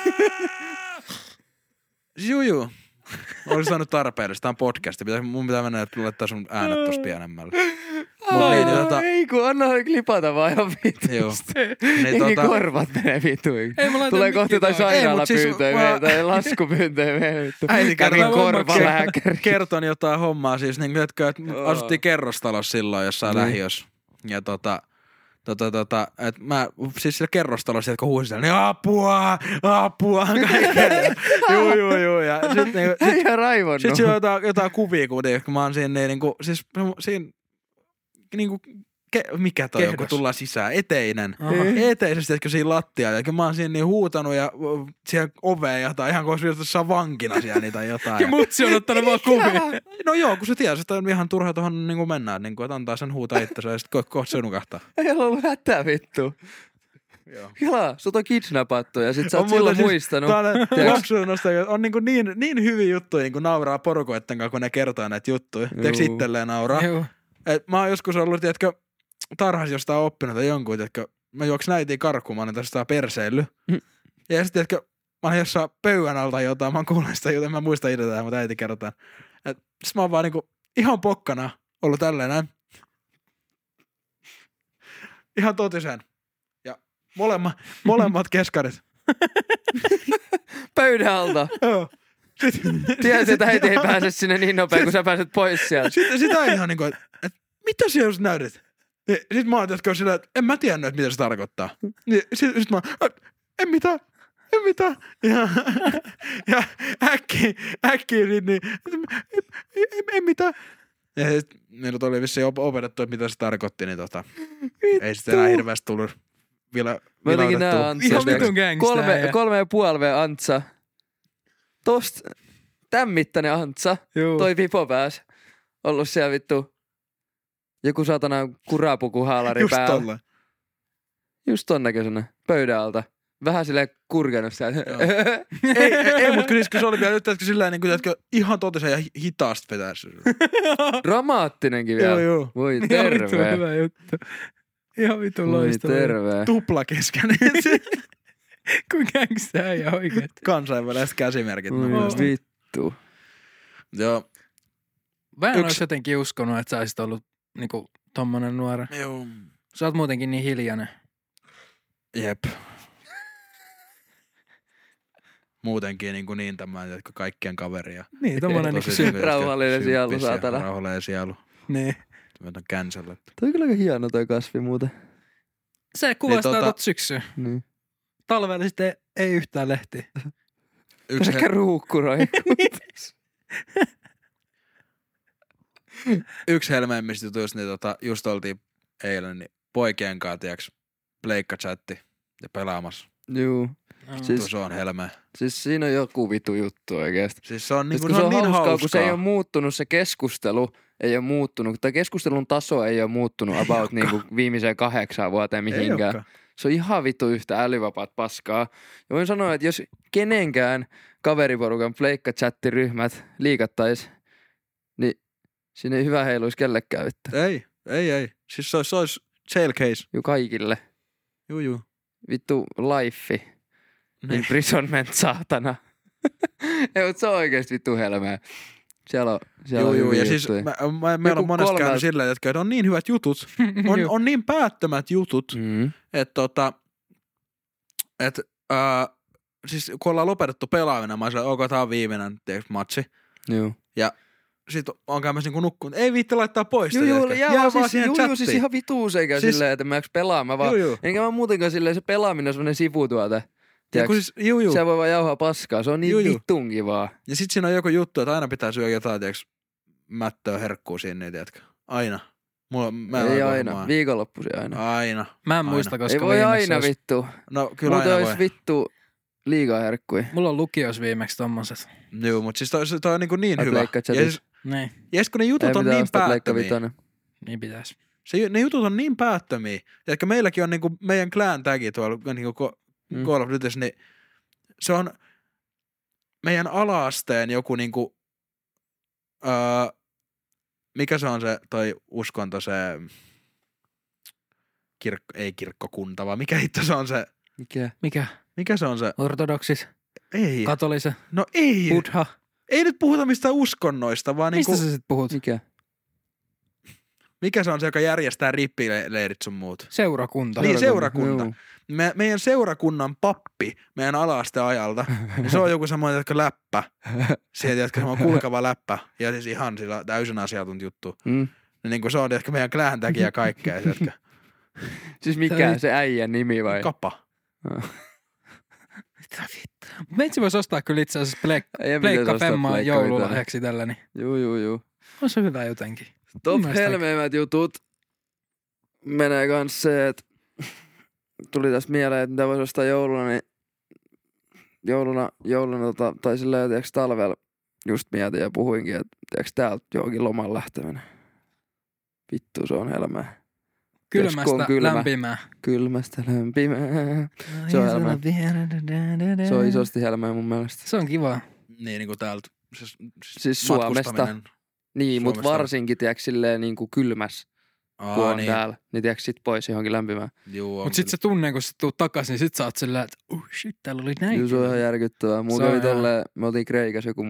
S2: Juu, juu. Olisi saanut tarpeellista. Tää on podcasti. Pitää, mun pitää mennä, että laittaa sun äänet tossa pienemmälle. Mut niin, niin, tota,
S3: Ei kun anna klipata vaan ihan vittu.
S2: joo.
S3: Niin
S2: Niin, tota,
S3: korvat menee vittuin.
S1: Ei mä laitan
S3: Tulee kohta jotain
S1: mikkiä
S2: Ei, mut siis
S3: sairaalapyyntöjä
S2: mä-
S3: meille, tai laskupyyntöjä meille vittu.
S2: äiti
S3: Kävin
S2: kertoi,
S3: korvalääkäri.
S2: kerton jotain hommaa. Siis niin, että
S3: Oo.
S2: asuttiin kerrostalossa silloin jossain
S3: Niin.
S2: lähiössä. Ja tota, Tota, tota, et mä siis siellä kerrostalossa, jotka huusi siellä, niin apua, apua, kaikkea. Juu, juu, juu. Ja sit niinku, sit,
S3: Ihan raivonnut.
S2: sit siinä on jotain, jotain kuvia kuitenkin, kun mä oon siinä niin, niinku, siis siinä, niinku, ke, mikä toi on, kun
S1: Kehdos.
S2: tullaan sisään, eteinen.
S1: Aha.
S2: Eteisesti, etkö siinä lattialla, ja mä oon siinä niin huutanut ja uh, siellä oveen jotain, ihan kuin olisi jossain vankina siellä niitä jotain.
S1: Ja mutsi on ottanut vaan kuvia.
S2: No joo, kun sä tiedät, että on ihan turha tuohon niin mennä, niin kuin, että antaa sen huutaa itsensä ja sitten ko- kohta se nukahtaa.
S3: Ei ole ollut hätää vittu.
S2: Joo.
S3: Kela, sut on kidnappattu ja sit sä
S2: On
S3: oot silloin
S2: muuten
S3: muistanut.
S2: Siis, on niin, niin, niin hyviä juttuja, niin kuin nauraa porukoitten kanssa, kun ne kertoo näitä juttuja. Tiedätkö
S3: Juu.
S2: itselleen nauraa?
S1: Joo.
S2: Et mä oon joskus ollut, tiedätkö, tarhas jostain oppinut tai jonkun, tiedätkö, mä juoks näitiin karkuun, mä olin tästä perseily.
S3: Mm.
S2: Ja sitten, tiedätkö, mä olin jossain pöydän alta jotain, mä oon kuullut sitä jotain, mä muistan itse tätä, mutta äiti kerrotaan. Et sit mä oon vaan niinku ihan pokkana ollut tälleen näin. Ihan totisen. Ja molemmat, molemmat keskarit.
S3: Pöydän alta.
S2: Joo.
S3: Tiedät, että äiti ei pääse sinne niin nopein, kun sä pääset pois sieltä.
S2: Sitten sit äiti ihan niinku, että et, mitä siellä just näytit? Sitten mä oon tiedätkö sillä, että en mä tiennyt, että mitä se tarkoittaa. Niin sit, sit mä oon, en mitään. En mitään. Ja, ja äkkiä, äkkiä niin, niin en, en, en mitään. Ja sit meillä oli vissiin op- opetettu, että mitä se tarkoitti, niin tota, ei sitten enää hirveästi tullut vielä
S3: Mä jotenkin nää
S2: vilautettua.
S3: Antsa.
S1: Ihan
S3: tiiäks,
S1: vitun gangsta
S3: Kolme,
S1: äijä.
S3: kolme ja puoli V Antsa. Tosta tän mittainen Antsa.
S1: Joo.
S3: Toi pipo pääs. Ollut siellä vittu joku satana kurapukuhaalari
S2: Just
S3: päällä.
S2: tolla.
S3: Just ton näköisenä. Pöydän alta. Vähän silleen kurkenut siellä.
S2: ei, ei, ei mutta kyllä se oli vielä nyt, että sillä niin kuin, ihan totisen ja hi- hitaasti vetäisi.
S3: Dramaattinenkin vielä.
S2: Joo, joo.
S3: Voi
S1: Ihan vitun
S3: terve.
S1: hyvä juttu. Ihan vitun
S3: Voi
S1: loistava.
S3: terve.
S2: Tupla kesken.
S1: Kuin gangsta äijä oikeesti.
S2: Kansainväliset käsimerkit.
S3: Voi
S2: mun mielestä.
S3: vittu.
S2: Joo.
S1: Mä en
S2: Yksi-
S1: ois jotenkin uskonut, että sä olisit ollut niinku tommonen nuori.
S2: Joo.
S1: Sä oot muutenkin niin hiljainen.
S2: Jep. Muutenkin niin, kuin niin tämmöinen, että kaikkien kaveria.
S1: Niin, tommonen niinku
S2: Tosi
S1: sy-
S2: niinku, jotka
S3: Rauhallinen sielu,
S2: symppis ja
S3: saatana.
S2: Rauhallinen sielu.
S1: Niin.
S2: Mä otan cancel.
S3: Toi on kyllä aika hieno toi kasvi muuten.
S1: Se kuvastaa
S2: tota-
S1: tot syksyä.
S3: Niin.
S1: Talvella sitten ei yhtään lehtiä.
S2: Yksi,
S3: Ehkä ruukkuroi.
S2: yksi helmeimmistä jutuista, niin tota, just oltiin eilen, niin poikien kanssa, tiiäks, pleikkachatti ja pelaamassa.
S3: Juu.
S1: Siis...
S3: Siis-
S2: Se on helmeä.
S3: Siis siinä on joku vitu juttu oikeesti.
S2: Siis se on,
S3: Siis
S2: niinku,
S3: kun
S2: se on, niin
S3: hauskaa,
S2: hauskaa.
S3: kun se ei ole muuttunut, se keskustelu ei ole muuttunut. Tai keskustelun taso ei ole muuttunut about niinku viimeiseen kahdeksaan vuoteen
S2: Ei
S3: mihinkään.
S2: olekaan.
S3: Se on ihan vittu yhtä älyvapaat paskaa. Ja voin sanoa, että jos kenenkään kaveriporukan pleikka-chattiryhmät liikattais, niin siinä ei hyvä heiluisi kellekään vittu.
S2: Ei, ei, ei. Siis se olisi, se olisi jail case.
S3: Juu kaikille.
S2: Juu, juu.
S3: Vittu life.
S2: Niin.
S3: Imprisonment, saatana. Ei, mutta se on oikeesti vittu helmeä. Siellä on, siellä
S2: Joo,
S3: on
S2: joo,
S3: hyviä
S2: ja siis
S3: juttuja.
S2: mä, mä, meillä on monesti
S3: kolmelta-
S2: käynyt silleen, että on niin hyvät jutut, on,
S1: Joo.
S2: on niin päättömät jutut,
S3: Mm.
S2: että tota, et, ää, siis kun ollaan lopetettu pelaaminen, mä oon silleen, ok, tää on viimeinen tiiäks, matsi.
S3: Joo.
S2: Sitten on käymässä niinku nukkuun, ei viitti laittaa pois.
S3: Joo,
S2: sitä,
S3: joo,
S2: tiedätkö?
S3: jää
S2: Jää
S3: vaan
S2: vaan
S3: siis,
S2: siihen
S3: joo, joo,
S2: chattiin.
S3: siis ihan vitu useinkaan
S2: Siis-
S3: silleen, että mä eikö pelaa, mä vaan,
S2: Joo, joo.
S3: enkä mä muutenkaan silleen, se pelaaminen on semmonen sivutuote.
S2: Ja,
S3: Tiedätkö,
S2: kun siis, juu, juu.
S3: siellä voi vaan jauhaa paskaa, se on niin
S2: Juu, juu.
S3: vittun kivaa.
S2: ja sit siinä on joku juttu, että aina pitää syödä jotain, tiiäks, mättöä herkkuu siinä, niin tiedätkö? Aina. Mulla, mä en
S3: Ei
S2: oikein
S3: aina,
S2: varmaan.
S3: viikonloppuisin aina.
S2: Aina.
S1: Mä en
S2: Aina.
S1: muista, koska
S3: Ei voi
S1: viimeksi
S3: aina
S1: olisi-
S3: vittu.
S2: No kyllä
S3: Muuten
S2: aina
S3: olisi
S2: voi.
S3: vittu liigaa herkkui.
S1: Mulla on lukios viimeksi tommoset.
S2: Joo, mutta siis toi, se- toi on niin, niin
S3: Ai,
S2: hyvä. Ja
S3: pleikkachatit.
S2: siis,
S1: Niin,
S2: ja siis kun ne jutut
S3: Ei
S2: on
S3: mitään
S2: niin
S3: ostaa pleikka
S2: päättömiä.
S3: vitonen.
S1: niin pitäis.
S2: Se, ne jutut on niin päättömiä. Ja ehkä meilläkin on niinku meidän clan tagi tuolla niinku
S3: Mm.
S2: Call of Dutyssä, niin se on meidän ala-asteen joku niinku, öö, mikä se on se toi uskonto, se kirkko, ei kirkkokunta, vaan mikä hitto se on se,
S3: Mikä?
S1: Mikä?
S2: mikä se on se,
S1: Ortodoksis?
S2: ei,
S1: Katolise?
S2: no ei,
S1: Buddha?
S2: ei nyt puhuta mistään uskonnoista, vaan
S1: Mistä
S2: niinku,
S1: sä sit puhut?
S3: Mikä?
S2: mikä se on se, joka järjestää rippileirit sun muut.
S1: Seurakunta.
S2: Niin, seurakunta.
S3: Joo.
S2: Me, meidän seurakunnan pappi, meidän ala-asteen ajalta, niin se on joku semmoinen, jotka läppä. Sieltä, jotka semmoinen kulkeva läppä. Ja siis ihan sillä täysin asiantuntijuttu.
S3: Mm.
S2: Niin kuin se on, jotka meidän clan tagi ja kaikkea. Jotka,
S3: Siis mikä?
S1: Se oli-
S3: Se äijän nimi vai?
S2: Kapa.
S1: Mitä vittu? Meitsi voisi ostaa kyllä itse asiassa Pleik-
S3: Äijä pitäisi
S1: Pleikka
S3: ostaa
S1: Femmaa
S3: pleikka
S1: joululahjaksi tällä, niin
S3: Juu, juu, juu.
S1: on se hyvä jotenkin.
S3: Top
S1: Mun mielestä
S3: helmeimmät jutut menee kans se, että tuli tästä mieleen, että mitä voisi ostaa jouluna, niin jouluna, jouluna tota, tai silleen, tiiäks talvella just mietin ja puhuinkin, että tiiäks täältä johonkin loman lähteminen. Vittu, se on helmeä.
S1: Kylmästä
S3: kun on kylmä.
S1: lämpimää.
S3: Kylmästä lämpimää. Se on helmeä. Se on isosti helmeä mun mielestä.
S1: Se on kiva.
S2: Niin, niin kuin täältä. Siis,
S3: Siis Suomesta.
S2: matkustaminen.
S3: Niin, mutta
S2: Suomesta.
S3: varsinkin tiiäks silleen niinku kylmäs,
S2: Aa,
S3: kun on
S2: niin.
S3: täällä. Niin tiiäks sit pois johonkin lämpimään.
S2: Juu, on
S1: Mut sit se tunne, kun sä tuut takaisin, niin sit sä oot sillä, että uh shit, täällä oli näin.
S3: Joo, se on ihan järkyttävää. Mulla
S1: Se on
S3: kävi
S1: ihan-
S3: tolleen, me oltiin Kreikassa joku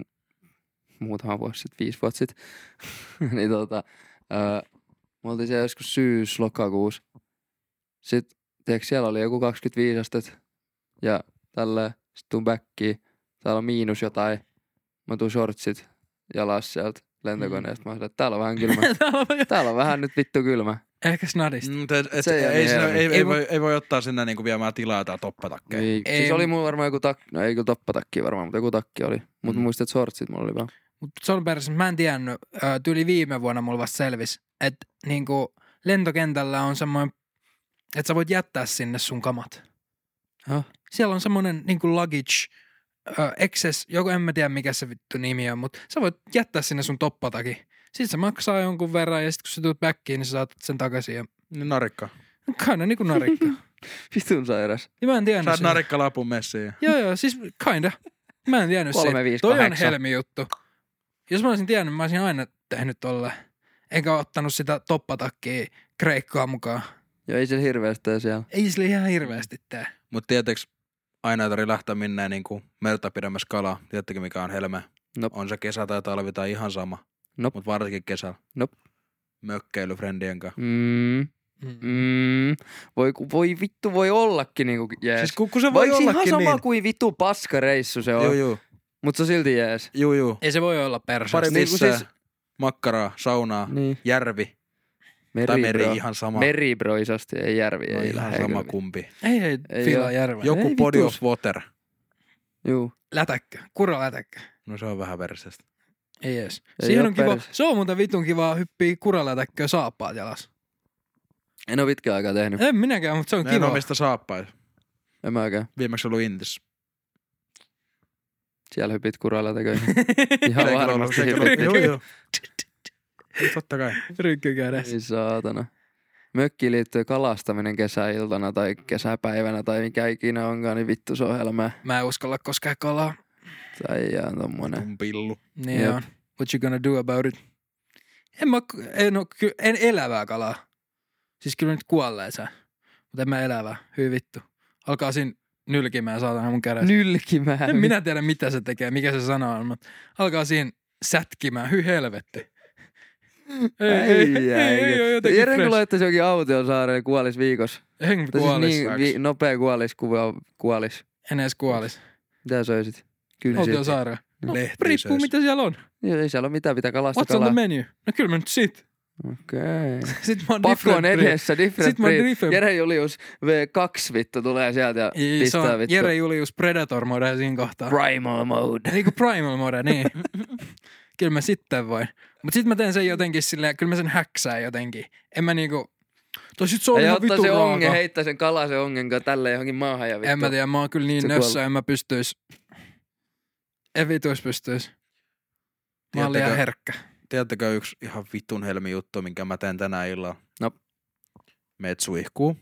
S3: muutama vuosi sitten, viisi vuotta sitten. niin tota, öö, me oltiin siellä joskus syys-lokakuussa. Sitten, tiedätkö, siellä oli joku kaksikymmentäviisi astetta ja tälleen, sit tuun backiin. Täällä on miinus jotain. Mä tuun shortsit jalas sieltä lentokoneesta. Mä sanoin, että täällä on vähän kylmä.
S1: Täällä on jo-
S3: Täällä on vähän nyt vittu kylmä.
S1: Ehkä snadista.
S2: Mm, et, et,
S3: Se ei
S2: ei,
S3: ole
S2: ei,
S3: niin
S2: siinä-
S3: helmi.
S2: ei,
S1: Ei
S2: ei,
S1: voi-
S2: voi, ei voi ottaa sinne niinku viemään tilaa tai toppatakkeja.
S3: Niin,
S1: Ei,
S3: siis oli
S1: mut-
S3: mulla varmaan joku takki, no ei kyllä toppatakki varmaan, mutta joku takki oli. Mutta
S2: Mm.
S3: muistat, että shortsit mulla oli vaan.
S1: Mutta se on periaatteessa, mä en tiennyt, ö, tyyli viime vuonna mulla vasta selvisi, että niinku lentokentällä on semmoinen, että sä voit jättää sinne sun kamat.
S3: Häh?
S1: Siellä on semmoinen niinku luggage, ö, excess, joku en mä tiedä mikä se vittu nimi on, mutta sä voit jättää sinne sun toppatakin. Sitten se maksaa jonkun verran ja sitten kun sä tulet backiin, niin sä saatat sen takaisin ja
S2: Niin narikka.
S1: kinda niinku narikka.
S3: Vitun sairas.
S1: Ja mä en tiennyt
S2: Saat
S1: sitä.
S2: narikkalapun messiin.
S1: Joo joo, siis kinda. Mä en tiennyt
S3: Kolme,
S1: siitä.
S3: viisi,
S1: Toi on
S3: kahdeksan.
S1: helmi juttu. Jos mä olisin tiennyt, mä olisin aina tehnyt tolle. Enkä ottanut sitä toppatakkia Kreikkaa mukaan.
S3: Joo, ei se hirveästi tee siellä.
S1: Ei sille ihan hirveästi tee.
S2: Mutta tietysti aina ei tarvitse lähteä minneen niinku merta pidemmässä kalaa. Tiedättekö mikä on helme?
S3: Nop.
S2: On se kesä tai talvi tai ihan sama.
S3: Nop.
S2: Mutta varsinkin kesällä.
S3: Nop.
S2: Mökkeily friendien kanssa.
S3: Mm,
S1: Mm.
S3: mm. Voi, ku- voi vittu, voi ollakin niinku jees.
S2: Siis kun, kun se voi
S3: Vaikka ihan
S2: ollakin
S3: sama
S2: niin.
S3: kuin vittu paskareissu se on.
S2: Juu, juu.
S3: Mut se on silti jees.
S2: Juu, juu.
S1: Ei se voi olla perseestä.
S2: Pari
S3: Niin kuin
S2: missää,
S3: siis-
S2: makkaraa, saunaa,
S3: Niin.
S2: järvi.
S3: Meri,
S2: tai meri
S3: bro.
S2: ihan sama.
S3: Meri bro isosti, ei järvi,
S2: No
S3: ei
S2: ihan
S3: lähde.
S2: sama
S3: kyllä.
S2: kumpi.
S1: Ei, ei,
S3: Ei
S1: fiilaa
S3: oo.
S1: järveä.
S2: Joku
S3: Ei
S2: body
S3: vitus.
S2: of water.
S3: Juu.
S1: Lätäkkö, kuralätäkkö.
S2: No se on vähän versestä.
S1: Ei edes.
S3: Ei
S1: Siihen
S3: oo
S1: on kiva,
S3: perse.
S1: se on muuten vitun kiva hyppii kuralätäkköä saappaat jalas.
S3: En oo pitkään aikaa tehnyt.
S1: En minäkään, mutta se on
S2: Mä en
S1: kiva.
S2: omista saappaita.
S3: En mäkään.
S2: Viimeksi ollut Intis.
S3: Siellä hypit kurailla teköihin. Ihan
S2: Eikö ollut
S3: varmasti
S2: sekin?
S3: hypit.
S2: Joo, joo. Totta kai.
S1: Rynkky kädessä.
S3: Ei saatana. Mökkiin liittyy kalastaminen kesäiltana tai kesäpäivänä tai mikä ikinä onkaan, niin vittu se on helmää.
S1: Mä en uskalla koskea kalaa.
S3: Tai jää tommonen.
S2: Kun pillu.
S1: Niin
S3: Jep.
S1: on. What you gonna do about it? En mä, en, oo, ky- en elävää kalaa. Siis kyllä nyt kuollee se. Mutta en mä elävää. Hyi vittu. Alkaa siinä nylkimään saatana mun kädessä.
S3: Nylkimään.
S1: En minä tiedä mitä se tekee, mikä se sana on, mutta alkaa siinä sätkimään. Hyi helvetti. Ei, ei, ei, ei, ei, ole jotenkin
S3: Jere kun
S1: fresh.
S3: laittaisi jokin autioon saareen, kuolis viikossa.
S1: En
S3: Tai siis
S1: kuolis.
S3: niin vi- nopea kuolis, kuva kuolis.
S1: En edes kuolis.
S3: Mitä söisit? Kynsiä.
S1: Oltiin saareen. No,
S2: Lehtiä
S1: riippuu
S2: söisi.
S1: mitä siellä on.
S3: Joo, ei siellä ole mitään, pitää kalastaa
S1: What's on
S3: kalaa.
S1: the menu? No kyllä mä nyt sit.
S3: Okei.
S1: Sit mä oon
S3: Pakko
S1: different
S3: on
S1: breed.
S3: edessä, different
S1: Sit mä oon
S3: breed.
S1: different-
S3: Jere Julius V kaksi vittu tulee sieltä ja
S1: Ei, se
S3: pistää
S1: on
S3: vittu.
S1: Jere Julius Predator mode siinä kohtaa.
S3: Primal mode.
S1: Niinku Primal mode, niin. Kyllä mä sitten voin. Mut sit mä teen sen jotenkin silleen, kyllä mä sen häksään jotenkin. En mä niinku, toi sit se on
S3: Ja
S1: ihan
S3: ottaa
S1: vitun
S3: se
S1: raaka.
S3: onge, heittää sen kala se ongen kanssa tälleen johonkin maahan ja vittu.
S1: En mä tiedä, mä oon kyllä niin
S3: Se
S1: nössö,
S3: kuolee.
S1: en mä pystyis. En vituis pystyis. Mä oon liian
S2: Tiedättekö-
S1: herkkä.
S2: Tiedättekö yksi ihan vitun helmi juttu, minkä mä teen tänä illalla?
S3: No.
S2: Meet suihkuu.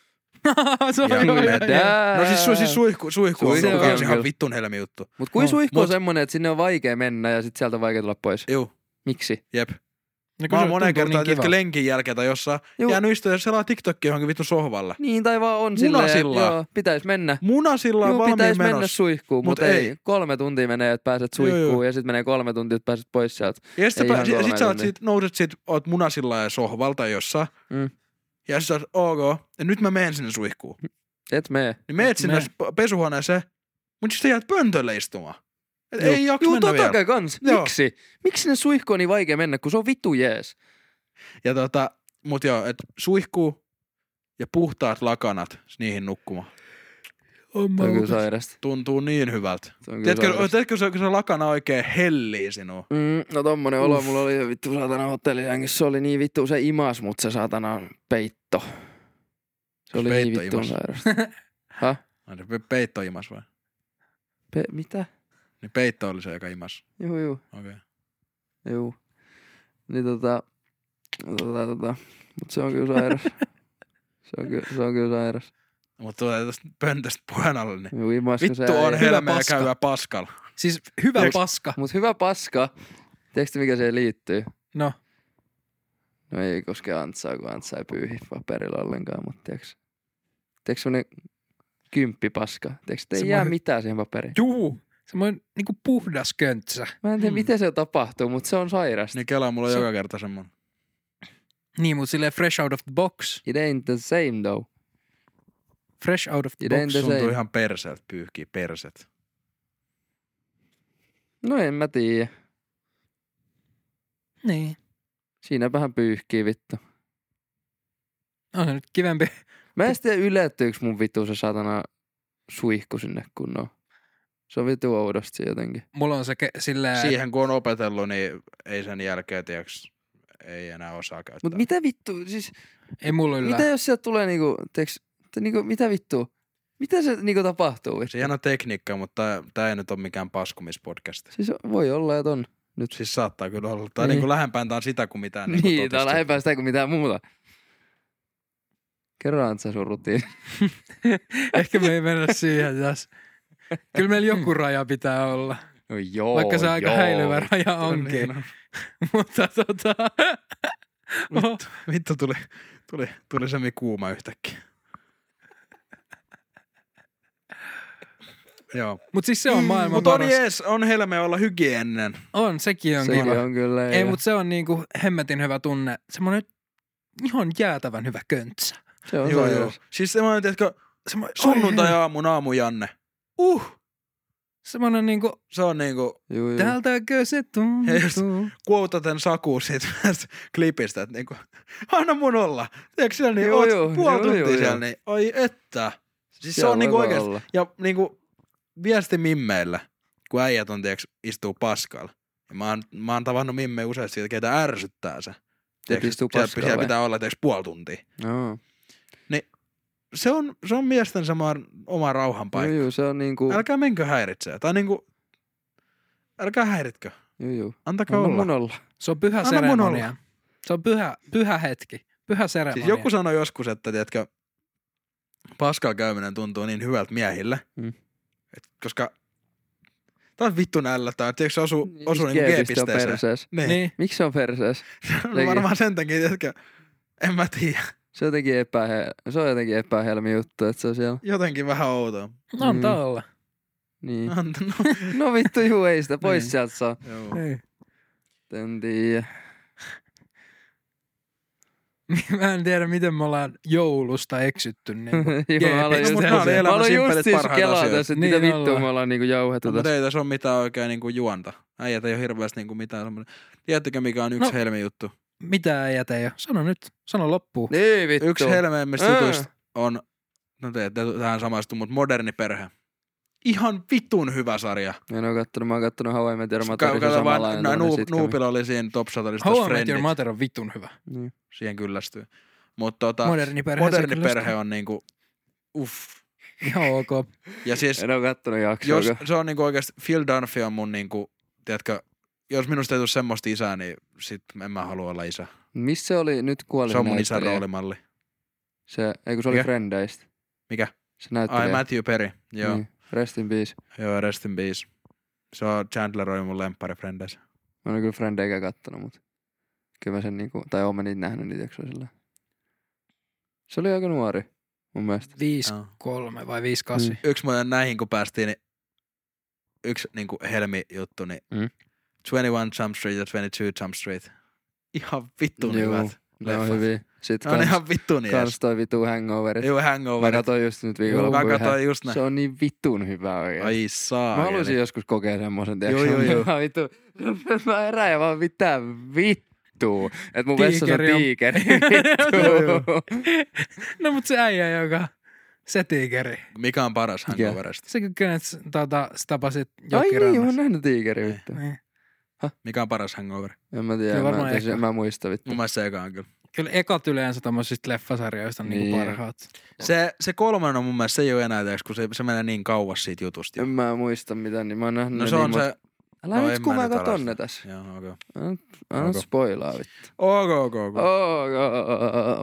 S1: se on
S2: Ja
S1: joo,
S2: me
S1: joo,
S3: tehdään.
S1: joo.
S2: No siis, su, siis suihku, suihku on
S3: Suihku
S1: on
S2: kans
S3: kyllä.
S2: ihan vittun helmi juttu.
S3: Mut kuin
S1: No,
S3: suihku on
S2: mut-
S3: semmonen, että sinne on vaikea mennä ja sit sieltä on vaikea tulla pois.
S2: Juu,
S3: Miksi?
S2: jep.
S1: No, kun
S2: Mä
S1: se
S2: oon monen
S1: tuntuu
S2: kertaa,
S1: niin
S2: tiedätkö,
S1: kivalta.
S2: lenkin jälkeen tai jossain
S3: Juu.
S2: jäänyt istua ja selaa TikTokia johonkin vitun sohvalla.
S3: Niin, tai vaan on silleen,
S2: Munasillaa.
S3: joo, pitäis mennä.
S2: Munasilla on
S3: Joo,
S2: valmiin
S3: pitäis mennä
S2: menossa.
S3: suihkuun,
S2: Mut
S3: mutta ei.
S2: ei.
S3: Kolme tuntia menee, että pääset
S2: Joo,
S3: suihkuun
S2: joo.
S3: ja sit menee kolme tuntia, että pääset pois sieltä.
S2: Ja sit,
S3: Ei
S2: sä,
S3: ihan
S2: sit, sit
S3: kolme
S2: sä oot
S3: tuntia.
S2: sit, nouset sit, oot munasilla ja sohvalta jossain.
S3: Mm.
S2: Ja sit sä oot, ok, ja nyt mä menen sinne suihkuun.
S3: Et mee.
S2: Niin meet sinne
S1: Me-
S2: sp- pesuhuoneeseen, mut sit sä jäät pöntölle istumaan. Et
S3: Joo.
S2: ei jaksa
S3: Juu,
S2: mennä
S3: totta
S2: vielä.
S3: kai kans.
S2: Joo.
S3: Miksi? Miksi sinne suihkuun on niin vaikea mennä, kun se on vittu jees?
S2: Ja tota, mut joo, et suihkuu ja puhtaat lakanat niihin nukkumaan.
S1: On
S3: Se on kyllä
S1: maukas.
S3: sairasta.
S2: Tuntuu niin hyvältä.
S3: Se on kyllä
S2: Tiedätkö,
S3: sairasta.
S2: tiedätkö se, kun se lakana oikein hellii sinua?
S3: Mm, no tommonen olo mulla oli vittu saatana hotellilängissä. Se oli niin vittu se imas, mut se saatana peitto. Se oli
S2: Peitto
S3: niin vittuun
S2: imas.
S3: sairasta. Häh?
S2: Ai se peitto imas vai?
S3: Pe- mitä?
S2: Niin peitto oli se, joka imas.
S3: Juu, juu,
S2: Okei. Okay.
S3: juu. Niin tota, tota, tota. Mut se on kyllä sairas. se, on kyllä, se on kyllä sairas.
S2: Mutta tulee tästä pöntöstä puheen alle, niin
S3: Juu, imasko se
S2: vittu on
S3: äijä.
S1: Hyvä
S2: helmeä
S1: paska.
S2: käyvää paskalla.
S1: Siis hyvä
S2: Tiedätkö-
S1: paska.
S3: Mut hyvä paska. Tiedätkö mikä siihen liittyy?
S1: No,
S3: No ei koske Antsaa, kun Antsa ei pyyhi paperilla ollenkaan, mutta tiedätkö? Tiedätkö semmonen kymppipaska? Tiedätkö, että ei
S1: Semmoinen-
S3: jää mitään siihen paperiin?
S1: juu. Semmoinen niinku puhdas köntsä.
S3: Mä en tiedä,
S2: Mm.
S3: miten se tapahtuu, mutta se on sairasta.
S2: Niin kelaa mulla on
S1: Se-
S2: joka kerta semmonen.
S1: Niin, mutta silleen fresh out of the box.
S3: It ain't the same though.
S1: Fresh out of the
S3: It ain't
S1: box.
S3: the
S2: Tuntuu
S3: same.
S2: ihan perseeltä pyyhkii perset.
S3: No en mä tiedä.
S1: Niin.
S3: Siinäpähän pyyhkii vittu.
S1: On se nyt kivempi.
S3: Mä en tiedä ylettyykö mun vittu se satana suihku sinne kunnolla. Se on vittu oudosti jotenkin.
S1: Mulla on se ke- silleen...
S2: Siihen kun on opetellut, niin ei sen jälkeen, tiiäks, ei enää osaa käyttää.
S3: Mut mitä vittu, siis
S1: Ei mulla yllä.
S3: mitä jos sieltä tulee niinku, tiiäks, että niinku mitä vittu? Mitä se niinku tapahtuu vittu?
S2: Siihen on tekniikka, mutta tää, tää ei nyt ole mikään paskumispodcast.
S3: Siis voi olla, että on. Nyt.
S2: Siis saattaa kyllä olla. Tai
S3: Niin.
S2: niin kuin lähempään tää on sitä kuin mitään.
S3: Niin,
S2: Niin,
S3: niin tää on lähempää sitä kuin mitään muuta. Kerro Antsa sun rutiin.
S1: Ehkä me ei mennä siihen tässä. Kyllä meillä joku raja pitää olla.
S3: No joo,
S1: Vaikka se aika
S3: joo.
S1: häilyvä raja onkin.
S2: Niin,
S1: Mutta tota... oh.
S2: vittu, vittu tuli, tuli, tuli semmi kuuma yhtäkkiä. Joo.
S1: Mut siis se on maailman
S2: Mutta on
S1: paras.
S2: jees, on helme olla hygieninen.
S1: On, sekin on
S3: Sekin
S1: kiva.
S3: on kyllä.
S1: Ei, mutta se on niinku hemmetin hyvä tunne. Semmoinen ihan jäätävän hyvä köntsä.
S3: se on
S2: Joo, joo.
S3: sairas.
S2: Siis semmoinen, tiedätkö,
S1: Semmoinen,
S2: sunnuntai-aamun aamu Janne. Uh!
S1: Semmoinen niinku,
S2: Se on niinku,
S3: Juu, juu.
S1: tältäkö se
S2: Hei, just-
S1: tuntuu.
S2: quotaten Saku siitä klipistä, että niinku, anna mun olla. Tiedätkö siellä niin,
S3: Joo,
S2: oot
S3: joo,
S2: puoli
S3: joo,
S2: tuntia
S3: joo,
S2: siellä,
S3: joo.
S2: niin, oi että. Siis se
S3: Siellä
S2: on niinku
S3: voi
S2: oikeesti,
S3: olla.
S2: ja niinku viesti mimmeillä, kun äijät on, tiedätkö, istuu paskalla. Ja mä oon, mä oon tavannut mimmejä useasti siitä, ketä ärsyttää se. Tiedätkö,
S3: istuu
S2: siellä,
S3: paskalla
S2: siellä
S3: vai?
S2: pitää olla, tiedätkö, puoli tuntia.
S3: Joo.
S2: Se on, se on miesten sama oma rauhan
S3: Joo,
S2: paikka.
S3: joo, se on niinku...
S2: Älkää menkö häiritsee. Tai niinku, älkää häiritkö.
S3: Joo, joo.
S2: Antakaa
S3: Anna
S2: olla.
S3: mun olla.
S1: Se on pyhä
S2: Anna mun
S1: seremonia.
S2: olla.
S1: Se on pyhä, pyhä hetki. Pyhä seremonia.
S2: Siis joku sanoi joskus, että tiedätkö, paskalla käyminen tuntuu niin hyvältä miehille.
S3: Mm.
S2: Et koska tää on vittu nällätään. Tiedätkö se osuu, osuu niinku
S3: G-piste on
S2: G-pisteeseen?
S3: persees.
S2: Niin.
S1: Niin.
S3: Miksi se on persees?
S2: No varmaan sen takia, tiedätkö, en mä tiedä.
S3: Se on jotenkin, epähe... se on jotenkin epähelmi juttu, että se on siellä.
S2: Jotenkin vähän outoa.
S1: Antaa
S3: Mm.
S1: olla.
S3: Niin.
S2: Anta, no,
S3: No vittu juu, ei sitä pois
S1: Niin.
S3: sieltä saa.
S2: joo.
S1: Ei.
S3: En tiedä.
S1: Mä en tiedä, miten me ollaan joulusta eksytty. Niin
S3: Joo, mä aloin
S1: Jeepistä.
S3: just,
S1: Mut
S2: nää on
S3: mä
S2: elämän
S3: aloin just
S2: simppelit
S3: siis
S2: parhaita
S3: kelaa
S2: asioita.
S3: tässä, että
S1: Niin
S3: mitä vittua
S1: ollaan.
S3: me ollaan niinku jauhettu
S2: No, mutta
S3: tässä.
S2: ei tässä ole mitään oikein niinku juonta. Äijät ei ole hirveästi niinku mitään semmoinen. Tiedättekö mikä on yksi
S1: No.
S2: helmi juttu?
S1: Mitä ei jätä jo? Sano nyt. Sano loppuun.
S3: Niin vittu.
S2: Yksi helmeimmistä
S3: Ää.
S2: jutuista on, no te ette tähän samaistu, mutta Moderni perhe. Ihan vitun hyvä sarja.
S3: En oo kattonut, mä oon kattonut How I Met Your
S2: Ka-
S3: Mother, se on
S2: Kato
S3: samanlainen
S2: vaan,
S3: tommonen
S2: Nuu-
S3: sitcomi.
S2: Nuupilla oli siinä top sata
S1: How I Met
S2: Friendit.
S1: Your Mother on vitun hyvä.
S3: Niin.
S2: Siihen kyllästyy. Mutta tota,
S1: Moderni perhe.
S2: Moderni
S1: se
S2: perhe
S1: kyllä
S2: on niinku, uff.
S1: Ihan ok.
S2: Ja siis,
S3: En oo kattonut jaksoa.
S2: jos se on niinku oikeesti, Phil Dunphy on mun niinku, tiedätkö, jos minusta ei tule semmoista isää, niin sit en mä halua olla isä.
S3: Missä se oli nyt kuoli
S2: Se on mun isän
S3: näyttelijä?
S2: roolimalli.
S3: Se, eikö se oli
S2: Mikä?
S3: Frendeistä?
S2: Mikä?
S3: Se näyttelijä.
S2: Ai Matthew Perry. Joo.
S3: Niin. Rest in peace.
S2: Joo, rest in peace. Se on Chandler oli mun lemppari Frendeissä.
S3: Mä en oo kyllä Frendeikä kattonut, mutta kyllä mä sen niinku, tai oon mä niitä nähnyt niitä, eikö se ole sillä. Se oli aika nuori, mun mielestä.
S1: viisi
S2: Joo.
S1: kolme vai viisi kahdeksan.
S3: Mm.
S2: Yksi muuten näihin kun päästiin, niin yksi niinku helmi-juttu, niin
S3: Mm.
S2: kaksikymmentäyksi Jump Street ja kaksikymmentäkaksi Jump Street. Ihan vittun
S3: Joo,
S2: hyvät
S3: Ne on
S2: leffat.
S3: hyviä. Sitten
S2: Ne on
S3: kans,
S2: ihan vittun
S3: kans
S2: jees.
S3: toi vitu hangoverit.
S2: Joo,
S3: Mä
S2: hangoverit.
S3: katsoin just nyt
S2: Joo,
S3: viikonloppuun.
S2: mä
S3: yhden.
S2: katsoin just näin.
S3: Se on niin vitun hyvä oikein.
S2: Ai saa.
S3: Mä haluaisin joskus kokea semmosen, tiiäks?
S2: Joo, joo, joo.
S3: Mä vittu, mä herään ja vaan mitään vittu. vittu. Et mun vessassa on
S1: Tiikeri on-
S3: tiikeri.
S1: Joo,
S3: Vittu.
S1: No mut se äijä, joka... Se tiikeri.
S2: Mikä on paras hangoverista?
S1: Se kenet s- tota, sä tapasit
S3: Ai niin, mä oon
S1: jokirannassa.
S3: nähnyt tiikeri vittu.
S1: Niin.
S2: Mikä on paras hangover?
S3: En mä tiedä,
S1: Kyllä
S3: mä,
S1: varmaan
S3: siis,
S1: eka.
S3: mä muista vittu.
S2: Mun mielestä se eka on kyllä.
S1: Kyllä ekat yleensä tommosista leffasarjoista on niinku
S3: Niin.
S1: parhaat.
S2: Se, se kolmannen on mun mielestä, se ei ole enää, tiiäks, kun se, se menee niin kauas siitä jutusta.
S3: En mä muista mitään, niin mä oon nähnyt
S2: No
S3: ne
S2: se
S3: niin,
S2: on
S3: mut-
S2: se...
S3: Älä
S2: no
S3: nyt
S2: en mä
S3: kuvaa
S2: nyt ala
S3: tonne
S2: sitä.
S3: tässä.
S2: Joo, okei.
S3: Älä, älä
S2: Ok.
S3: spoilaa vittu.
S2: Ok, ok, ok.
S3: Oh,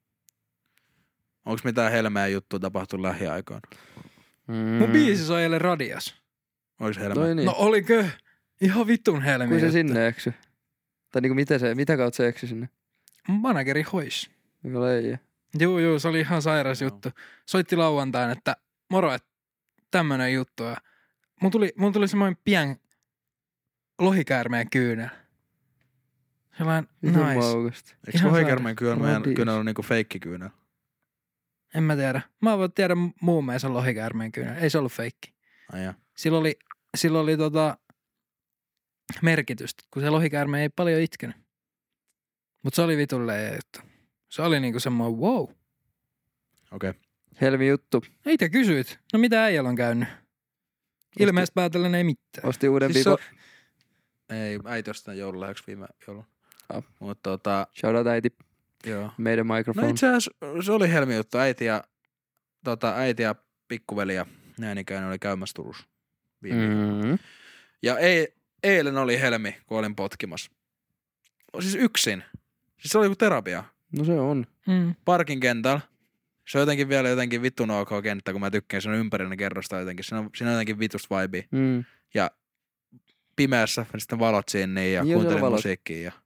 S2: Onks mitään helmeä juttua tapahtunut lähiaikoina?
S3: mm.
S1: Mun biisi soi eilen radios.
S2: Ois helmeä?
S3: Toi niin.
S1: No olikö? Ihan vittun helmi.
S3: Kuin se
S1: juttu.
S3: sinne eksy? Tai niinku mitä se, mitä kautta se eksy sinne?
S1: Manageri hois.
S3: Mikä leijä?
S1: Juu, juu, se oli ihan sairas
S2: Joo.
S1: juttu. Soitti lauantain, että moro, että tämmönen juttu. Ja mun tuli, mun tuli semmoinen pien lohikäärmeen kyynel. Sellainen
S3: Vitun
S1: nice.
S3: maukasta.
S2: Eikö
S1: Ihan
S2: lohikäärmeen kyynel
S3: Radis.
S2: kyynel on niinku feikkikyynel?
S1: En mä tiedä. Mä voin tiedä muun mielestä lohikäärmeen kyynel. Ei se ollut feikki.
S2: Ai jaa.
S1: Sillä oli, sillä oli tota merkitystä, kun se lohikäärme ei paljon itkenyt. Mut se oli vitun leijä juttu. Se oli niinku semmoinen wow.
S2: Okei.
S3: Helmi juttu.
S1: Ei te kysyit. No mitä äijällä on käynyt? Ilmeisesti päätellen ei mitään.
S3: Osti uuden
S2: Siis
S3: siis
S2: se- Ei, äiti ostaa joululahjaksi viime joulun.
S3: Ah.
S2: Mutta tota,
S3: Shout äiti.
S2: joo.
S3: Meidän
S2: No
S3: mikrofoni.
S2: itse asiassa se oli helmi juttu. Äiti ja, tota, äiti ja pikkuveli ja näin ikään oli käymässä Turussa viime viikolla.
S3: Mm.
S2: Ja ei, eilen oli helmi, kun olin potkimassa. Siis yksin. Siis se oli kuin terapia.
S3: No se on.
S1: Mm.
S2: Parkin kentällä. Se on jotenkin vielä jotenkin vittun ok kenttä, kun mä tykkään. Se on ympärillinen kerrosta jotenkin. Siinä on, siinä on jotenkin vitusta vibea.
S3: Mm.
S2: Ja pimeässä sitten valot sinne ja
S3: Niin,
S2: kuuntelin
S3: siellä valot.
S2: musiikkia. Ja...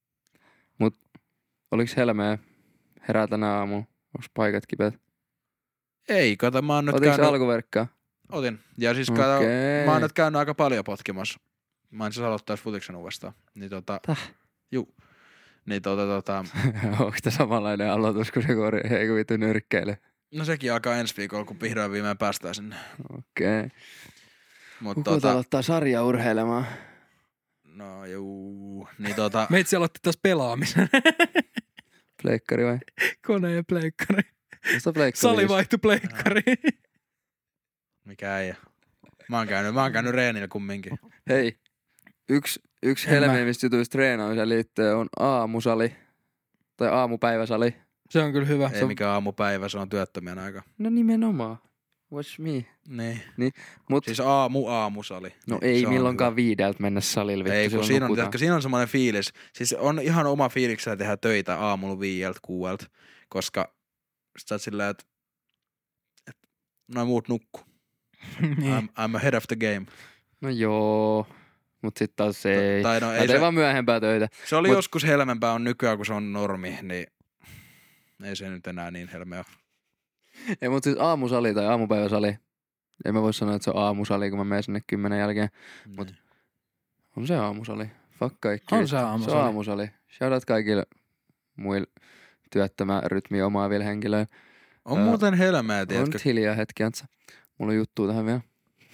S3: Oliks helmeä herää tänä aamulla? Onks paikat kipeät?
S2: Ei, kato, mä oon nyt
S3: Otinko
S2: käynyt...
S3: alkuverkkaa?
S2: Otin. Ja siis kato,
S3: Okei.
S2: mä oon nyt käynyt aika paljon potkimassa. Mä en siis aloittais futiksen uudestaan. Niin tota...
S3: Täh?
S2: Juu. Niin tota tota...
S3: Onko tämä samanlainen aloitus kuin se kori? Ei kun vittu nyrkkeile.
S2: No sekin alkaa ensi viikolla, kun vihdoin viimein päästään sinne.
S3: Okei. Okay.
S2: Mut
S3: Kuka
S2: tota...
S3: aloittaa sarjaa urheilemaan?
S2: No juu. Niin tota...
S1: Meitsi aloitti taas pelaamisen.
S3: Pleikkari vai?
S1: Kone ja pleikkari.
S3: Mistä pleikkari?
S1: Sali vaihtui pleikkariin.
S2: Mikä ei. Mä oon käynyt, mä oon käynyt reenillä kumminkin.
S3: Hei. Yksi, yksi
S1: En mä-
S3: helmeimmistä jutuista treenaamiseen liittyen on aamusali. Tai aamupäiväsali.
S1: Se on kyllä hyvä.
S2: Ei mikään aamupäivä, se on työttömien aika.
S3: No nimenomaan. Watch me.
S2: Niin.
S3: Niin, mut
S2: Siis aamu aamusali.
S3: no
S2: Niin,
S3: ei
S2: se on
S3: milloinkaan
S2: hyvä.
S3: viideltä mennä salille. Vittu,
S2: Ei, kun
S3: silloin
S2: siinä on,
S3: nukutaan.
S2: tiedätkö, siinä on semmoinen fiilis. Siis on ihan oma fiiliksellä tehdä töitä aamulla viieltä, kuuelta, koska sit sä oot silleen, että et, noin muut nukku.
S1: niin.
S2: I'm, I'm ahead of the game.
S3: No joo. Mut sit taas se ei.
S2: Tai no
S3: Mä
S2: ei
S3: tein
S2: se,
S3: vaan myöhempää töitä.
S2: se oli
S3: mut-
S2: joskus helmempää on nykyään, kun se on normi, niin ei se nyt enää niin helmeä ole.
S3: Ei, mut siis aamusali tai aamupäiväsali. En mä voi sanoa, että se on aamusali, kun mä menen sinne kymmenen jälkeen. Mut-
S2: Niin.
S3: On se aamusali. Fuck kaikki.
S1: On se
S3: Se
S1: aamusali.
S3: on aamusali. Shoutout kaikille muille työttömän rytmi omaaville henkilöille.
S2: On
S3: Ää,
S2: muuten helmeä,
S3: On
S2: tiedätkö?
S3: nyt hiljaa hetki, Antsa. Mulla on juttua tähän vielä.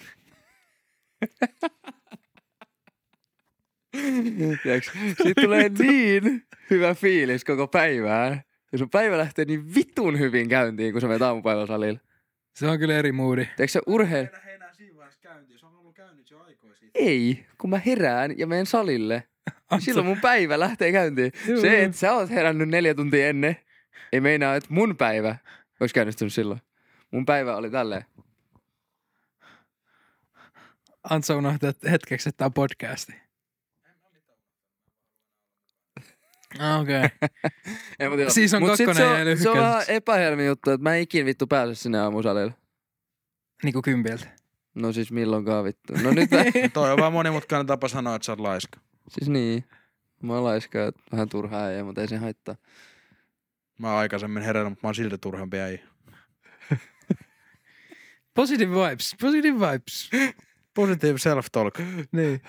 S3: Tiedätkö, siitä tulee niin hyvä fiilis koko päivään. Ja sun päivä lähtee niin vitun hyvin käyntiin, kun sä menet aamupäiväsalille.
S1: Se on kyllä eri moodi.
S3: Tiedätkö sä urheil...
S2: Heinää siinä vaiheessa käyntiin, se on ollut käynyt jo aikoja siitä.
S3: Ei, kun mä herään ja menen salille. Niin silloin mun päivä lähtee käyntiin.
S1: Juu,
S3: Se,
S1: juu.
S3: että sä oot herännyt neljä tuntia ennen, ei meinaa, että mun päivä olisi käynnistynyt silloin. Mun päivä oli tälleen.
S1: Antsa unohtaa hetkeksi, että tää on podcasti. Ah, okei. Okay.
S3: Ei, mut joo.
S1: Siis on
S3: Mut sit
S1: kakkonen
S3: se
S1: jäänyt
S3: on, se on vähän
S1: ykköseksi.
S3: epähelmi juttu, että mä en ikin vittu pääse sinne aamusalille.
S1: Niinku kympiltä.
S3: No siis milloinkaan vittu. No nyt mä,
S2: No toi on vaan monimutkainen tapa sanoa, että sä oot laiska.
S3: siis niin. Mä oon laiska, että vähän turhaa äijä, mutta ei se haittaa.
S2: Mä oon aikaisemmin herännyt, mutta mä oon silti turhampi äijä.
S1: Positive vibes. Positive vibes.
S2: Positive self-talk.
S1: Niin.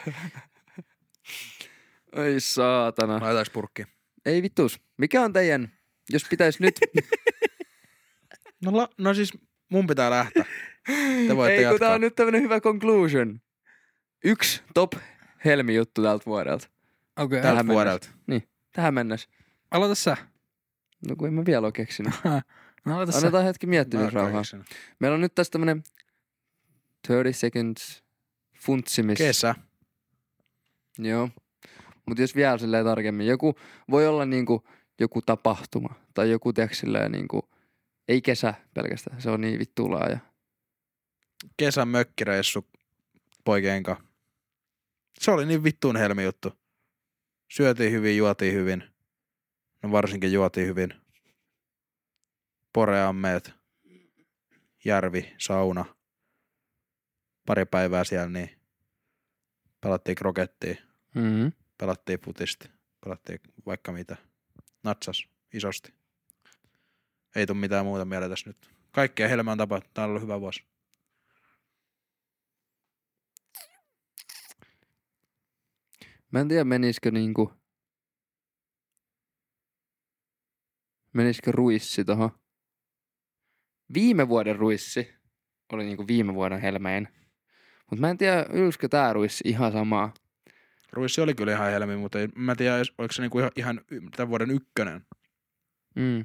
S3: Ai saatana.
S2: Laitaaks purkki?
S3: Ei vittus. Mikä on teidän, jos pitäis nyt...
S2: No, la, no siis mun pitää lähteä. Te voitte
S3: Ei kun
S2: jatkaa.
S3: tää on nyt tämmönen hyvä conclusion. Yksi top helmi juttu tältä vuodelta.
S1: Okei.
S3: Tähän
S2: Tältä
S3: mennessä.
S2: vuodelta.
S3: Niin. Tähän mennessä.
S1: Aloita sä.
S3: No kun en mä vielä ole keksinyt.
S1: No, aloita sä.
S3: Annetaan hetki
S2: Mä
S3: miettimisrauhaa.
S2: keksin.
S3: Meillä on nyt tässä tämmönen thirty seconds funtsimis.
S2: Kesä.
S3: Joo. Mut jos vielä silleen tarkemmin. Joku voi olla niinku joku tapahtuma. Tai joku tiiäks silleen niinku, ei kesä pelkästään. Se on niin vittu laaja.
S2: Kesän mökkireissu poikien kanssa. Se oli niin vittuun helmi juttu. Syötiin hyvin, juotiin hyvin. No varsinkin juotiin hyvin. Poreammeet. Järvi, sauna. Pari päivää siellä niin. Pelattiin krokettia.
S3: Mm-hmm.
S2: Pelattiin futista. Pelattiin vaikka mitä. Natsas isosti. Ei tuu mitään muuta mieleen tässä nyt. Kaikkea helmää on tapahtunut. Tää on ollut hyvä vuosi.
S3: Mä en tiedä menisikö niinku, menisikö ruissi tohon. Viime vuoden ruissi oli niinku viime vuoden helmeen. Mut mä en tiedä, ylskö tää ruissi ihan samaa.
S2: Ruissi oli kyllä ihan helmi, mutta ei, mä en tiedä, oliko se niinku ihan, ihan tämän vuoden ykkönen.
S3: Mm.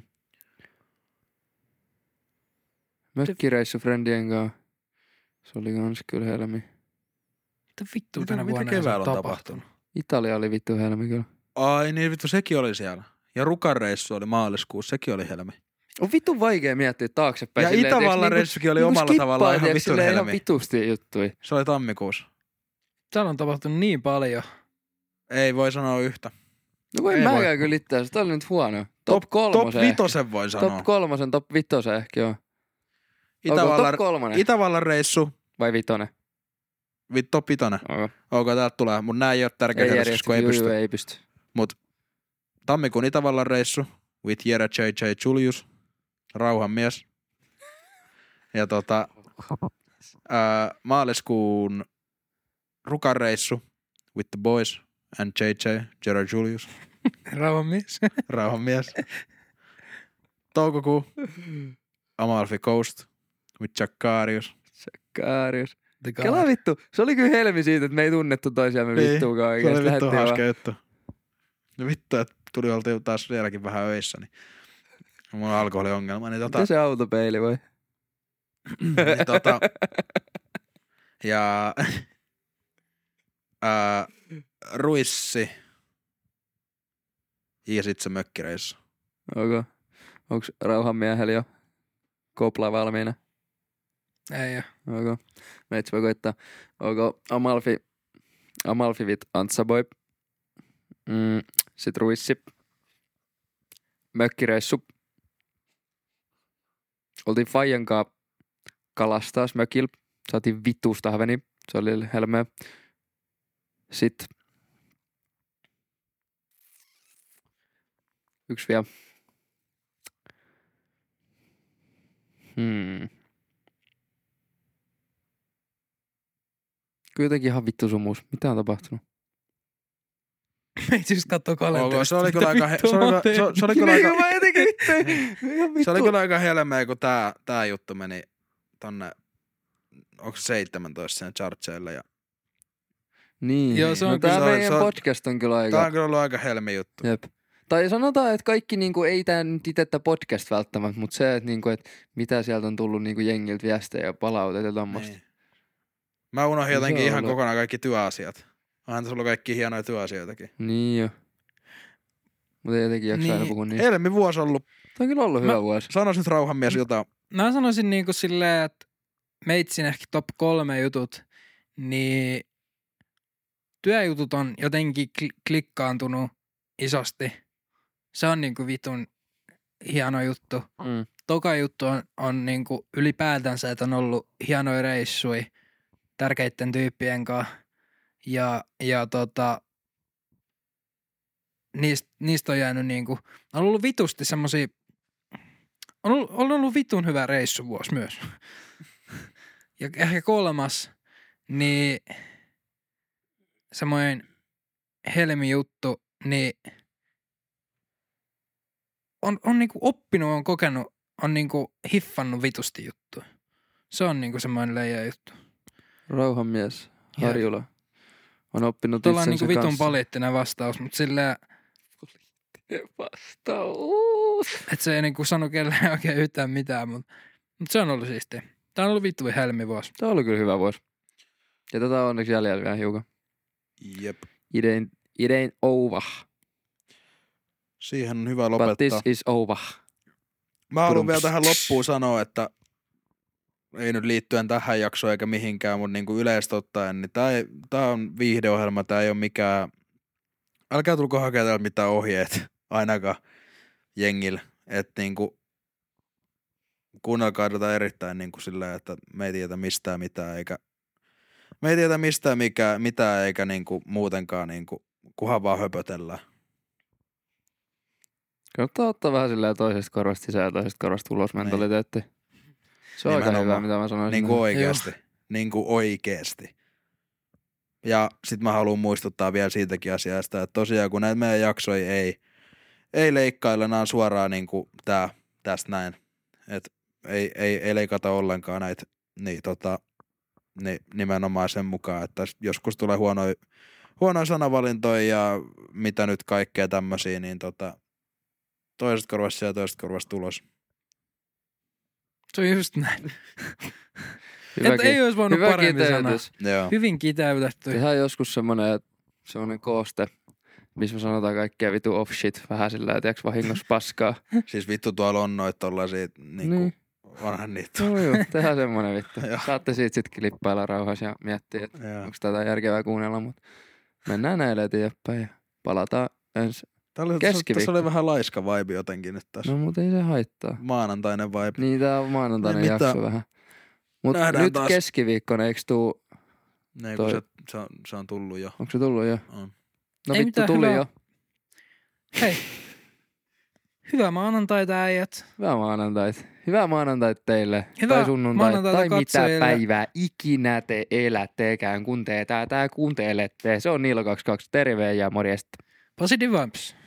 S3: Mökkireissu friendien kanssa. Se oli kans kyllä helmi.
S1: Mitä vittua
S2: Mitä-
S1: tänä
S2: mitä
S1: vuonna
S2: keväällä
S1: on
S2: on
S1: tapahtunut?
S3: Italia oli vittu helmi kyllä.
S2: Ai niin vittu, sekin oli siellä. Ja Rukan reissu oli maaliskuussa, sekin oli helmi.
S3: On vittu vaikea miettiä taaksepäin.
S2: Ja
S3: silleen,
S2: Itävallan
S3: tiiäks,
S2: reissukin oli
S3: niinku
S2: omalla
S3: skippaa,
S2: tavallaan ihan
S3: tiiäks,
S2: vitun
S3: silleen ihan
S2: helmi.
S3: vitusti juttui.
S2: Se oli tammikuussa.
S1: Täällä on tapahtunut niin paljon.
S2: Ei voi sanoa yhtä.
S3: No voi
S2: Ei
S3: mäkään
S2: voi.
S3: kyllä itse asiassa. Tää oli nyt huono. Top,
S2: Top, top
S3: kolmosen.
S2: vitosen voi sanoa.
S3: Top kolmosen, top vitosen ehkä joo.
S2: Itävallan,
S3: top kolmonen
S2: Itävallan reissu,
S3: vai vitonen?
S2: vittu top vitonen.
S3: Okay.
S2: Ok, täältä tulee. Mun nää ei oo
S3: Ei
S2: tärkeitä,
S3: järjestä,
S2: kun ei
S3: juu,
S2: pysty.
S3: juu, ei pysty.
S2: Mut tammikuun Itävallan reissu, with Jere J J Julius, rauhan mies. Ja tota, ää, maaliskuun Rukan reissu, with the boys and J J, Jere Julius,
S1: Rauhan mies.
S2: rauhan mies. Toukokuu, Amalfi Coast, with Jack Karius.
S3: Käärius.
S1: The God.
S3: Kela vittu. Se oli kyllä helmi siitä, että me ei tunnettu toisiamme
S2: Niin,
S3: vittuukaan
S2: Se
S3: oikeesti.
S2: oli vittu
S3: Lähettiin
S2: hauska
S3: vaan.
S2: juttu. No vittu, että tuli oltiin taas vieläkin vähän öissä, niin mulla on alkoholiongelma, niin tota,
S3: Mitä se autopeili vai?
S2: niin tota ja ää, ruissi ja sit se mökkireissu.
S3: Onko? Onks rauhanmiehellä jo kopla valmiina?
S1: Ei oo.
S3: Onko? Meitsi voi koittaa. Onko Amalfi, Amalfi vit Antsaboi? Mm, sit ruissi. Mökkireissu. Oltiin Fajan kaa kalastaas mökillä. Saatiin vitusta haveni. Se oli helmeä. Sitten yksi vielä. Hmm. Kyllä jotenkin ihan vittu sumus. Mitä on tapahtunut?
S1: Meitä just kattoo kalenterista.
S2: Ok, se oli kyllä
S1: mitä
S2: aika he-
S1: vittua
S2: se oli
S1: mä
S2: kyllä-
S1: teen.
S2: se- se oli kyllä aika-
S3: Niin, mä jotenkin vittu. Ihan vittu.
S2: Se oli kyllä aika helmeä, kun tää, tää juttu meni tonne, onko seitsemäntoista sen Chartseille ja
S3: Niin.
S1: Joo, se on
S3: no,
S1: kyllä-
S3: tää
S2: se on-
S3: meidän
S2: se on-
S3: podcast on kyllä aika.
S2: tää on kyllä ollut aika helmi juttu.
S3: Jep. Tai sanotaan, että kaikki niinku, ei tää nyt itse tää podcast välttämättä, mutta se, että niinku, et mitä sieltä on tullut niinku jengiltä viestejä ja palautetta ja tommoista.
S2: Niin. Mä unohdin
S3: Se
S2: jotenkin
S3: on
S2: ihan
S3: ollut-
S2: kokonaan kaikki työasiat. Onhan tässä ollut kaikki hienoja työasioitakin.
S3: Niin jo. Mutta ei jotenkin jaksa
S1: Niin.
S3: aina puhua niin.
S2: Helmi vuosi ollut.
S3: Tämä on kyllä ollut
S1: Mä-
S3: hyvä vuosi.
S2: Sanois nyt rauhanmies jotain.
S1: Mä sanoisin niinku silleen, että meitsin ehkä top kolme jutut, niin työjutut on jotenkin kl- klikkaantunut isosti. Se on niinku vitun hieno juttu.
S3: Mm.
S1: Toka juttu on, on niinku ylipäätänsä, että on ollut hienoja reissui tärkeitten tyyppien kanssa. Ja, ja tota, niistä, niistä on jäänyt niinku, on ollut vitusti semmosia, on ollut, on ollut vitun hyvä reissuvuosi myös. Ja ehkä kolmas, niin semmoinen helmi juttu, niin on, on niinku oppinut, on kokenut, on niinku hiffannut vitusti juttu. Se on niinku semmoinen leija juttu.
S3: Rauhanmies
S1: Jep.
S3: Harjula on oppinut
S1: Tuolla on
S3: itsensä
S1: niinku vitun
S3: kanssa.
S1: poliittinen vastaus, mutta silleen
S3: Vastaus.
S1: Että se ei niinku sano kelleen oikein yhtään mitään, mutta mut se on ollut siistiä. Tää on ollut vittu helmivuosi.
S3: Tämä oli kyllä hyvä vuosi. Ja tätä on onneksi jäljellä vielä hiukan.
S2: Jep.
S3: It ain't, it ain't over.
S2: Siihen on hyvä
S3: But
S2: lopettaa.
S3: this is over.
S2: Mä haluan
S3: Prumps.
S2: vielä tähän loppuun sanoa, että ei nyt liittyen tähän jaksoon eikä mihinkään, mutta niinku yleisesti ottaen, niin tää, ei, tää on viihdeohjelma, tää ei ole mikään, älkää tulko hakea täältä mitään ohjeet, ainakaan jengillä, että niinku kuunnelkaa tätä erittäin niinku silleen, että me ei tiedä mistään mitään, eikä me ei tiedä mistään mikä, mitään, eikä niinku muutenkaan niinku, kunhan vaan höpötellään.
S3: Kannattaa ottaa vähän silleen toisesta korvasta sisään ja toisesta korvasta ulos mentaliteetti. Se on aika
S2: Nimenomaan.
S3: hyvä, mitä mä sanoisin.
S2: Niinku oikeesti. Niinku oikeesti. Ja sit mä haluan muistuttaa vielä siitäkin asiasta, että tosiaan kun näitä meidän jaksoja ei, ei leikkailla, nämä on suoraan niinku tää, tästä näin. Et ei, ei, ei leikata ollenkaan näitä, niin tota, niin nimenomaan sen mukaan, että joskus tulee huonoja, huonoja sanavalintoja ja mitä nyt kaikkea tämmösiä, niin tota, toisesta korvasta ja toisesta korvasta ulos.
S1: Se on just näin.
S3: Hyvä
S1: Että ei olisi voinut
S3: hyvä
S1: paremmin sanoa.
S3: kiteytys.
S2: Joo.
S1: Hyvin kiteytetty.
S3: Tehdään joskus semmonen, semmonen kooste, missä me sanotaan kaikkea vitu off shit, vähän sillä, että tiiäks vahingossa paskaa.
S2: Siis vittu tuolla on noita tollasia niinku,
S3: Niin.
S2: onhan niitä.
S3: No joo, tehdään semmonen vittu.
S2: Joo.
S3: Saatte siitä sit klippailla rauhassa ja miettiä, että
S2: Joo.
S3: onko tätä järkevää kuunnella, mutta mennään näille eteenpäin ja palataan ensi.
S2: Tää oli,
S3: Keskiviikko.
S2: tässä oli vähän laiska vibe jotenkin nyt tässä.
S3: No mutta ei se haittaa.
S2: Maanantainen vibe.
S3: Niin tää on maanantainen
S2: Ei
S3: jakso
S2: mitään.
S3: vähän. Mutta
S2: Nähdään
S3: nyt
S2: taas.
S3: keskiviikkona, eikö tuu,
S2: Niin,
S3: toi-
S2: kun se, se, on, se on tullut jo.
S3: onko se tullut jo?
S2: On.
S3: No
S1: Ei
S3: vittu
S1: mitään,
S3: tuli
S1: hyvä.
S3: jo.
S1: Hei. Hyvää maanantaita äijät.
S3: Hyvää maanantait. Hyvää maanantait teille.
S1: Hyvää
S3: tai sunnuntait.
S1: maanantaita
S3: Tai mitä
S1: katsojille.
S3: päivää ikinä te elättekään, kun te tätä kuuntelette. Se on Niilo kaksikymmentäkaksi. Terve ja morjesta.
S1: Positive vibes.